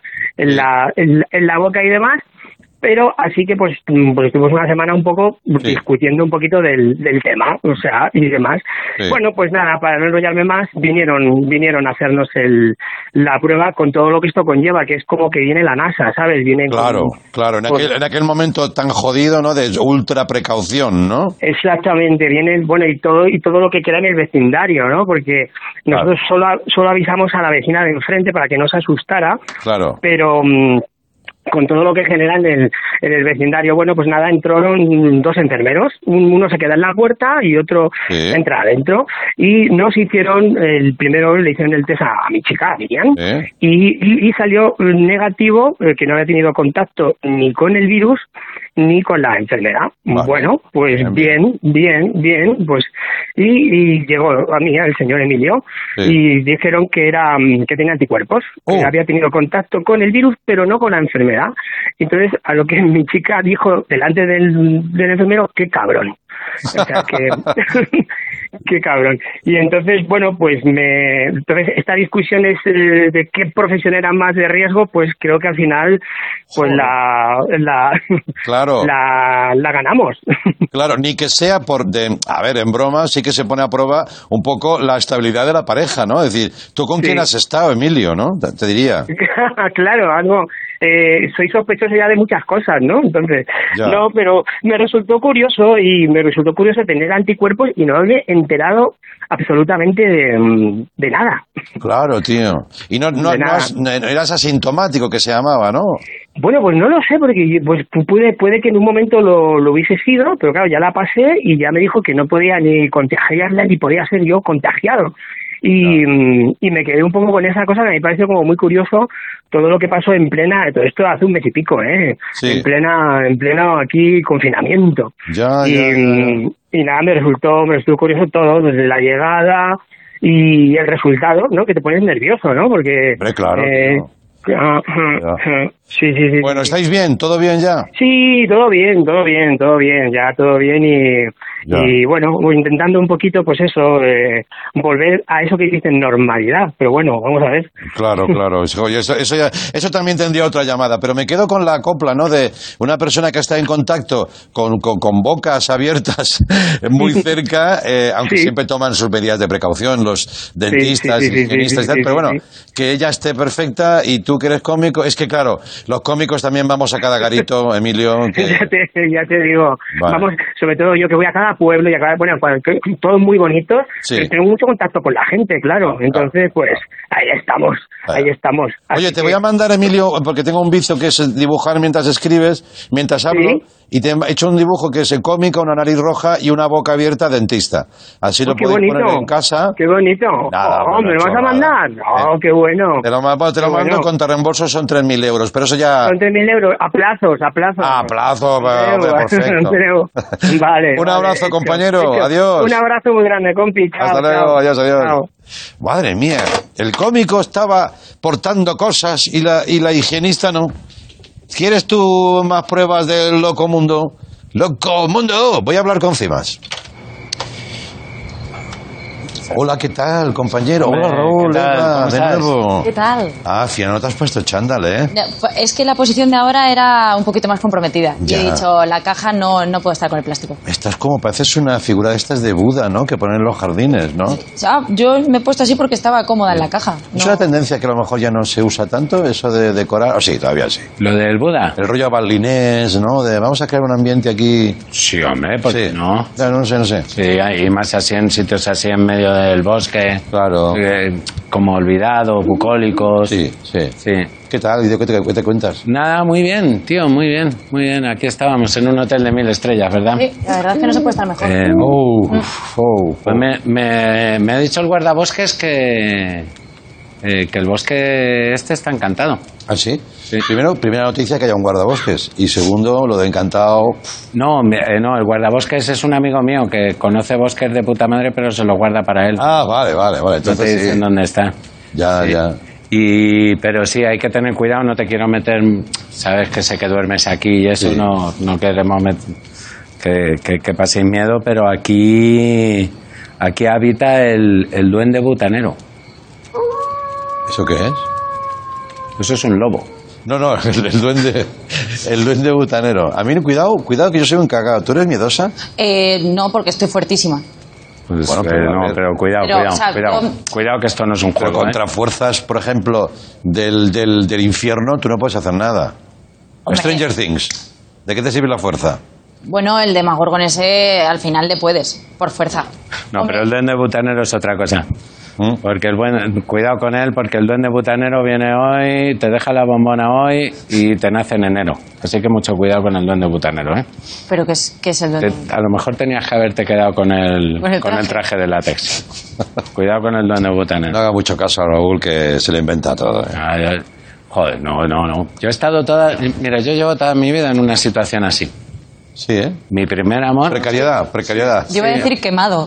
la boca y demás, pero así que pues estuvimos una semana un poco discutiendo un poquito del tema, o sea, y demás. Bueno, pues nada, para no enrollarme más, vinieron a hacernos la prueba con todo lo que esto conlleva, que es como que viene la NASA, ¿sabes? Claro, en aquel momento tan jodido, ¿no? De ultra precaución, ¿no? Exactamente, viene, bueno, y todo lo que queda en el vecindario, ¿no? Porque nosotros solo avisamos a la vecina de enfrente para que no se asustara, pero con todo lo que genera en el vecindario. Bueno, pues nada, entraron dos enfermeros, uno se queda en la puerta y otro entra adentro, y el primero le hicieron el test a mi chica, a Miriam, y salió negativo, que no había tenido contacto ni con el virus ni con la enfermera. Bueno, pues bien, pues y llegó a mí el señor Emilio y dijeron que tenía anticuerpos, que había tenido contacto con el virus pero no con la enfermedad. Entonces, a lo que mi chica dijo delante del enfermero, qué cabrón. O sea, qué cabrón. Y entonces, bueno, pues entonces esta discusión es de qué profesión era más de riesgo, pues creo que al final pues la ganamos. Claro, ni que sea a ver, en broma sí que se pone a prueba un poco la estabilidad de la pareja, ¿no? Es decir, ¿tú con quién has estado, Emilio, no? Te diría. Claro, algo... soy sospechoso ya de muchas cosas, ¿no? Entonces, no, pero me resultó curioso tener anticuerpos y no haberme enterado absolutamente de nada. Claro, tío. Y no eras asintomático, que se llamaba, ¿no? Bueno, pues no lo sé, porque pues puede que en un momento lo hubiese sido, pero claro, ya la pasé y ya me dijo que no podía ni contagiarla ni podía ser yo contagiado. Y me quedé un poco con esa cosa que me pareció como muy curioso todo lo que pasó en plena, todo esto hace un mes y pico, en pleno aquí confinamiento. Y nada, me resultó curioso todo, desde la llegada, y el resultado, ¿no? Que te pones nervioso, ¿no? Porque... Hombre, claro. Sí. Bueno, ¿estáis bien? ¿Todo bien ya? Sí, todo bien, ya todo bien y bueno, intentando un poquito, pues eso, volver a eso que dicen normalidad, pero bueno, vamos a ver. Claro. Oye, eso también tendría otra llamada, pero me quedo con la copla, ¿no? De una persona que está en contacto con bocas abiertas muy cerca, aunque siempre toman sus medidas de precaución, los dentistas, higienistas y tal, pero bueno, que ella esté perfecta y tú que eres cómico, es que claro, los cómicos también vamos a cada garito, Emilio. Que... ya te digo, vale. Vamos, sobre todo yo que voy a cada pueblo y a cada, bueno, todos muy bonitos, pero tengo mucho contacto con la gente, claro, entonces pues ahí estamos. Oye, te voy a mandar, Emilio, porque tengo un vicio que es dibujar mientras escribes, mientras hablo, y te he hecho un dibujo que es el cómico, una nariz roja y una boca abierta dentista. Así lo puedes poner en casa. ¡Qué bonito! ¿Me lo vas a mandar? ¡Qué bueno! Te lo mando, con reembolso son 3.000 euros, pero eso ya... Son 3.000 euros, a plazos. A plazo, perfecto. Vale. Un abrazo, compañero, adiós. Un abrazo muy grande, compi. Chao, hasta luego, adiós. Chao. Madre mía, el cómico estaba portando cosas y la higienista no. ¿Quieres tú más pruebas del loco mundo? ¡Loco mundo! Voy a hablar con Cimas. Hola, ¿qué tal, compañero? Hola, Raúl, de nuevo. ¿Qué tal? Fíjate, no te has puesto chándal, ¿eh? Es que la posición de ahora era un poquito más comprometida. Ya. Y he dicho, la caja no puedo estar con el plástico. Estás como, pareces una figura de estas de Buda, ¿no? Que ponen en los jardines, ¿no? Yo me he puesto así porque estaba cómoda en la caja. ¿Es una tendencia que a lo mejor ya no se usa tanto, eso de decorar? Sí, todavía sí. ¿Lo del Buda? El rollo balinés, ¿no? De vamos a crear un ambiente aquí... Sí, hombre, ¿por qué no? No sé. Sí, y más así en sitios así en medio del bosque. Claro. Como olvidados, bucólicos. Sí. ¿Qué tal? ¿Qué te cuentas? Nada, muy bien, tío, muy bien. Aquí estábamos en un hotel de 1000 estrellas, ¿verdad? Sí, la verdad es que no se puede estar mejor. Pues me ha dicho el guardabosques que el bosque este está encantado. ¿Ah, sí? Sí. Primera noticia, que haya un guardabosques. Y segundo, lo de encantado... No, el guardabosques es un amigo mío que conoce bosques de puta madre, pero se lo guarda para él. Vale. Entonces, no te dicen dónde está. Ya. Pero sí, hay que tener cuidado, no te quiero meter... Sabes que sé que duermes aquí y eso, no queremos que paséis miedo, pero aquí habita el duende butanero. ¿Eso qué es? Eso es un lobo. No, el duende butanero. A mí, cuidado que yo soy un cagado. ¿Tú eres miedosa? No, porque estoy fuertísima. Pues, bueno, pero cuidado que esto no es un juego. Pero contra fuerzas, por ejemplo, del infierno, tú no puedes hacer nada. Hombre. Stranger Things. ¿De qué te sirve la fuerza? Bueno, el de Magorgon ese al final le puedes, por fuerza. No, pero el duende butanero es otra cosa. Porque cuidado con él, porque el duende butanero viene hoy, te deja la bombona hoy y te nace en enero. Así que mucho cuidado con el duende butanero, ¿eh? ¿Pero qué es el duende? A lo mejor tenías que haberte quedado con el traje de látex. Cuidado con el duende butanero. No haga mucho caso a Raúl, que se le inventa todo. Joder, no. Yo he estado Mira, yo llevo toda mi vida en una situación así. Sí, ¿eh? Mi primer amor... Precariedad. Yo voy a decir quemado.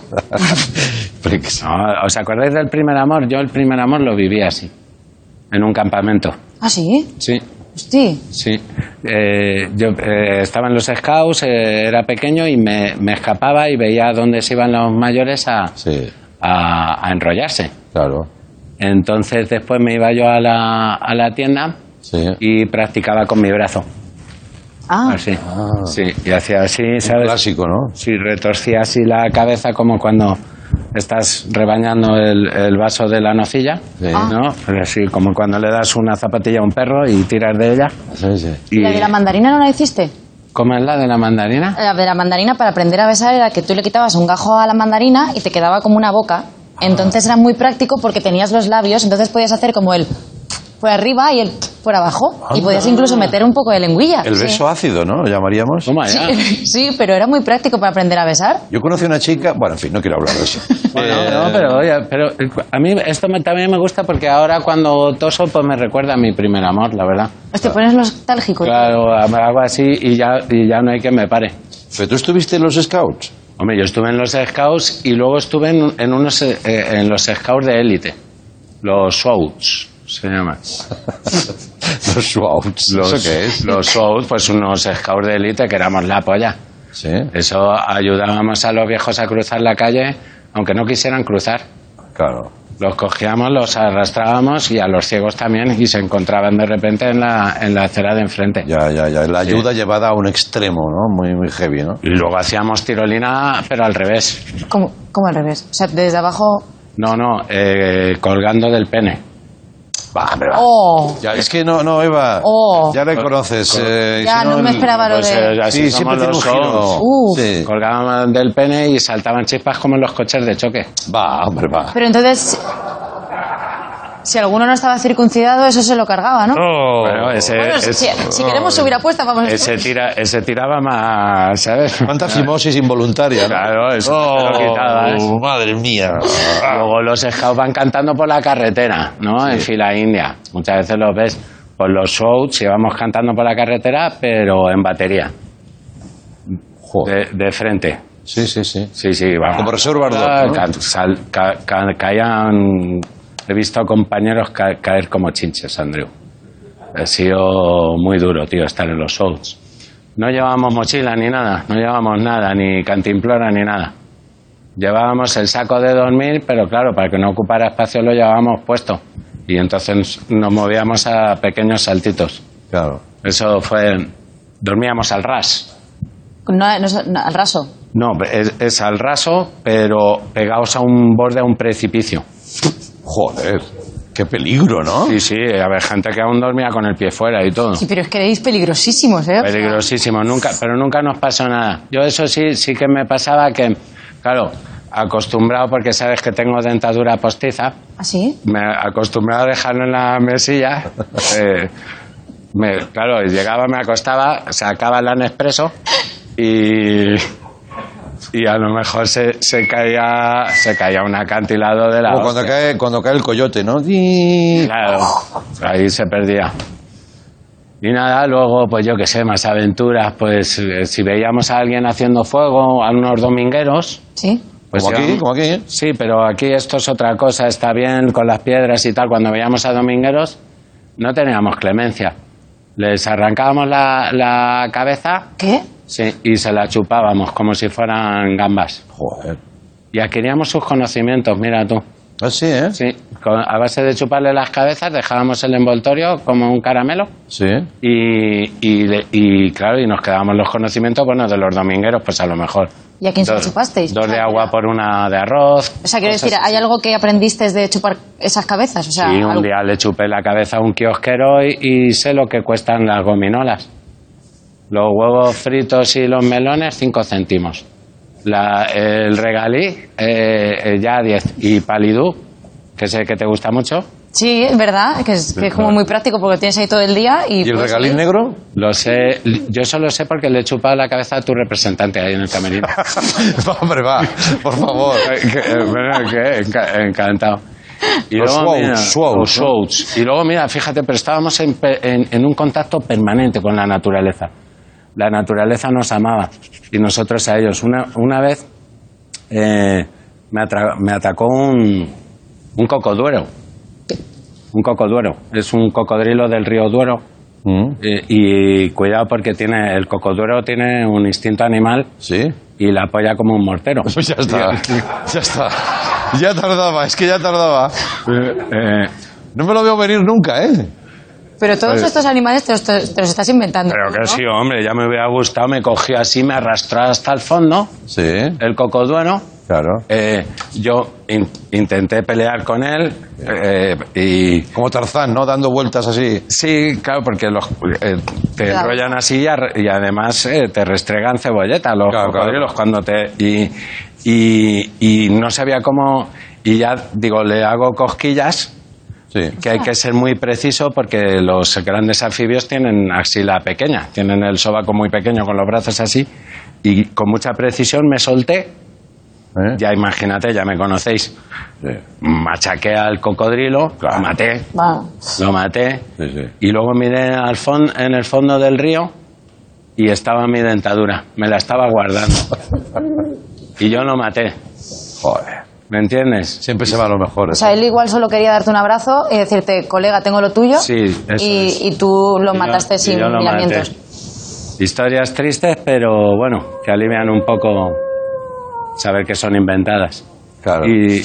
No, ¿os acordáis del primer amor? Yo el primer amor lo viví así, en un campamento. ¿Ah, sí? Sí. Hostia. Sí. Yo estaba en los scouts, era pequeño y me escapaba y veía dónde se iban los mayores a enrollarse. Claro. Entonces después me iba yo a la tienda y practicaba con mi brazo. Así. Sí, y hacía así, ¿sabes? Un clásico, ¿no? Sí, retorcía así la cabeza como cuando estás rebañando el vaso de la nocilla, ¿no? Pero así como cuando le das una zapatilla a un perro y tiras de ella. Sí. ¿Y la de la mandarina no la hiciste? ¿Cómo es la de la mandarina? La de la mandarina, para aprender a besar, era que tú le quitabas un gajo a la mandarina y te quedaba como una boca. Entonces era muy práctico porque tenías los labios, entonces podías hacer como el por arriba y el por abajo. Y podías incluso meter un poco de lengüilla. El beso ácido, ¿no? Lo llamaríamos. Sí, pero era muy práctico para aprender a besar. Yo conocí a una chica... Bueno, en fin, no quiero hablar de eso. pero a mí esto también me gusta porque ahora cuando toso pues me recuerda a mi primer amor, la verdad. Te pones nostálgico. Claro, hago así y ya no hay quien me pare. ¿Pero tú estuviste en los Scouts? Hombre, yo estuve en los Scouts y luego estuve en los Scouts de élite. Los Scouts se llaman. Los Scouts. ¿Eso qué es? Los Scouts, pues unos Scouts de élite que éramos la polla. Sí. Eso ayudábamos a los viejos a cruzar la calle, aunque no quisieran cruzar. Claro. Los cogíamos, los arrastrábamos y a los ciegos también, y se encontraban de repente en la acera de enfrente. Ya. La ayuda llevada a un extremo, ¿no? Muy heavy, ¿no? Y luego hacíamos tirolina, pero al revés. ¿Cómo al revés? O sea, desde abajo... No, colgando del pene. Va, hombre, va. Oh. Ya, es que no, Eva. Oh. Ya le conoces. Ya, si no me esperaba lo de... Así sí, siempre tiene un giro. Sí. Colgaban del pene y saltaban chispas como en los coches de choque. Va, hombre, va. Pero entonces... Si alguno no estaba circuncidado, eso se lo cargaba, ¿no? Bueno, si queremos subir apuesta, vamos a... Ese tiraba más, ¿sabes? Cuánta fimosis involuntaria, ¿no? Claro, eso te lo quitabas. Madre mía. Luego los scouts van cantando por la carretera, ¿no? Sí. En fila india. Muchas veces los ves. Pues los scouts íbamos cantando por la carretera, pero en batería. De frente. Sí. Sí, vamos. Como reservas, ¿no? Caían... He visto a compañeros caer como chinches, Andreu. Ha sido muy duro, tío, estar en los shows. No llevábamos mochila ni nada, no llevábamos nada, ni cantimplora ni nada. Llevábamos el saco de dormir, pero claro, para que no ocupara espacio lo llevábamos puesto. Y entonces nos movíamos a pequeños saltitos. Claro. Eso fue... Dormíamos al ras. No, al raso. No, es al raso, pero pegados a un borde, a un precipicio. Joder, qué peligro, ¿no? Sí, había gente que aún dormía con el pie fuera y todo. Sí, pero es que erais peligrosísimos, ¿eh? Peligrosísimos, pero nunca nos pasó nada. Yo eso sí que me pasaba que, claro, acostumbrado, porque sabes que tengo dentadura postiza. ¿Ah, sí? Me acostumbrado a dejarlo en la mesilla. Claro, llegaba, me acostaba, sacaba el Nespresso y a lo mejor se caía un acantilado de la... Como cuando cae el coyote, ¿no? Claro, ahí se perdía. Y nada, luego, pues yo qué sé, más aventuras, pues si veíamos a alguien haciendo fuego, a unos domingueros... Sí. Pues como aquí, ¿eh? Sí, pero aquí esto es otra cosa, está bien con las piedras y tal. Cuando veíamos a domingueros, no teníamos clemencia. Les arrancábamos la cabeza... ¿Qué? Sí, y se la chupábamos como si fueran gambas. Joder. Y adquiríamos sus conocimientos, mira tú. ¿Ah, sí, eh? Sí, a base de chuparle las cabezas dejábamos el envoltorio como un caramelo. Sí. Y claro, y nos quedábamos los conocimientos, bueno, de los domingueros, pues a lo mejor. ¿Y a quién se lo chupasteis? 2 de agua por 1 de arroz. O sea, quiero decir, ¿hay algo que aprendiste de chupar esas cabezas? O sea, sí, un día le chupé la cabeza a un kiosquero y sé lo que cuestan las gominolas. Los huevos fritos y los melones, 5 céntimos. El regalí, ya 10. Y palidú, que sé que te gusta mucho. Sí, es verdad, que es como muy práctico porque tienes ahí todo el día. ¿Y el regalí negro? Lo sé, yo eso lo sé porque le he chupado la cabeza a tu representante ahí en el camerino. Hombre, va, por favor. Encantado. Y los luego, Swouts. Y luego, mira, fíjate, pero estábamos en un contacto permanente con la naturaleza. La naturaleza nos amaba y nosotros a ellos. Una vez me atacó un cocoduero. Un cocoduero. Es un cocodrilo del río Duero. Y cuidado porque el cocoduero tiene un instinto animal. Sí. Y la apoya como un mortero. Pues ya está. Ya está. Ya tardaba, es que ya tardaba. No me lo veo venir nunca, ¿eh? Pero todos estos animales te los estás inventando. Pero que ¿no? sí, hombre, ya me hubiera gustado, me cogió así, me arrastró hasta el fondo. Sí. El cocoduero. Claro. Yo intenté pelear con él y... Como Tarzán, ¿no? Dando vueltas así. Sí, claro, porque te enrollan así y además te restregan cebolleta los cocodrilos cuando te... Y no sabía cómo... Y ya, digo, le hago cosquillas... Sí. Que hay que ser muy preciso porque los grandes anfibios tienen axila pequeña, tienen el sobaco muy pequeño con los brazos así y con mucha precisión me solté. Ya imagínate, ya me conocéis. Sí. Machaqué al cocodrilo, lo maté. Wow. Lo maté. Sí, sí. Y luego miré en el fondo del río y estaba mi dentadura. Me la estaba guardando. y yo lo maté. Joder. ¿Me entiendes? Siempre se va a lo mejor. O sea, él igual solo quería darte un abrazo y decirte, colega, tengo lo tuyo. Sí, eso y tú lo mataste sin miramientos. Historias tristes, pero bueno, que alivian un poco saber que son inventadas. Claro. Y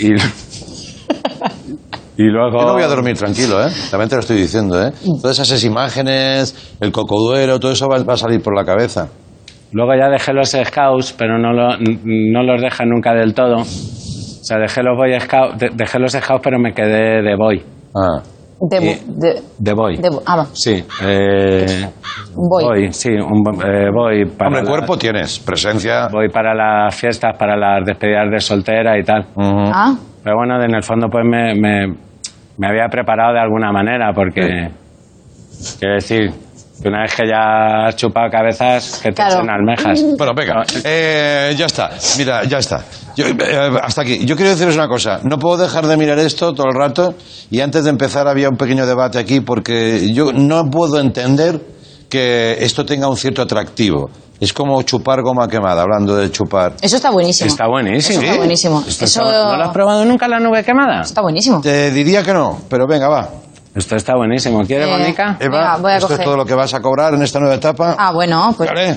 luego... Yo no voy a dormir tranquilo, ¿eh? También te lo estoy diciendo, ¿eh? Todas esas imágenes, el cocoduero, todo eso va a salir por la cabeza. Luego ya dejé los scouts, pero no los dejan nunca del todo. O sea, dejé los scouts, pero me quedé de boy. Ah. De boy. Va. Sí. Boy. Voy, sí, voy para... Hombre, cuerpo tienes, presencia... Voy para las fiestas, para las despedidas de soltera y tal. Ah. Pero bueno, en el fondo pues me había preparado de alguna manera, porque... Quiero decir, que una vez que ya has chupado cabezas, que te echen almejas. Bueno, venga, ya está. Mira, ya está. Hasta aquí. Yo quiero deciros una cosa. No puedo dejar de mirar esto todo el rato, y antes de empezar había un pequeño debate aquí, porque yo no puedo entender que esto tenga un cierto atractivo. Es como chupar goma quemada, hablando de chupar. Eso está buenísimo. Está buenísimo. Eso está buenísimo. ¿No lo has probado nunca, la nube quemada? Está buenísimo. Te diría que no, pero venga, va. Esto está buenísimo. ¿Quieres, Bonica? Eva, venga, voy a esto coger. es todo lo que vas a cobrar en esta nueva etapa. Ah, bueno, pues... Vale.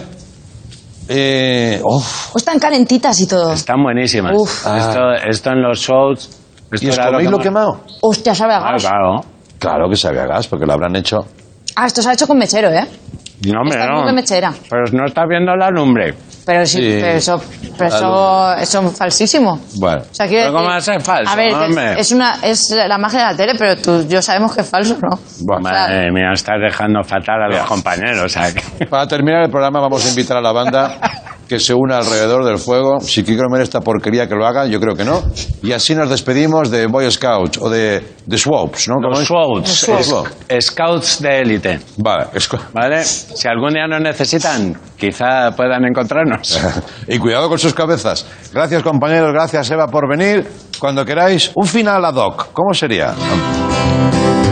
Pues están calentitas y todo. Están buenísimas. Uf. Esto en los shows... ¿Y os coméis lo quemado? Hostia, sabe a gas. Claro. Claro que sabe a gas, porque lo habrán hecho. Ah, esto se ha hecho con mechero, ¿eh? No, hombre, Esta no. nube mechera. Pero no estás viendo la lumbre. Pero sí, Sí. eso es falsísimo. Bueno. O sea, quiero Pero ¿cómo decir, va a ser falso, a ver, hombre? es la magia de la tele, pero yo sabemos que es falso, ¿no? Madre mía, estás dejando fatal a los compañeros. O sea, Para terminar el programa vamos a invitar a la banda que se una alrededor del fuego. Si quiere comer esta porquería, que lo haga. Yo creo que no. Y así nos despedimos de Boy Scouts o de Swoops, ¿no? Los Swoops. Scouts de élite. Vale. ¿Vale? Si algún día nos necesitan, quizá puedan encontrarnos. Y cuidado con sus cabezas. Gracias, compañeros. Gracias, Eva, por venir. Cuando queráis, un final ad hoc. ¿Cómo sería?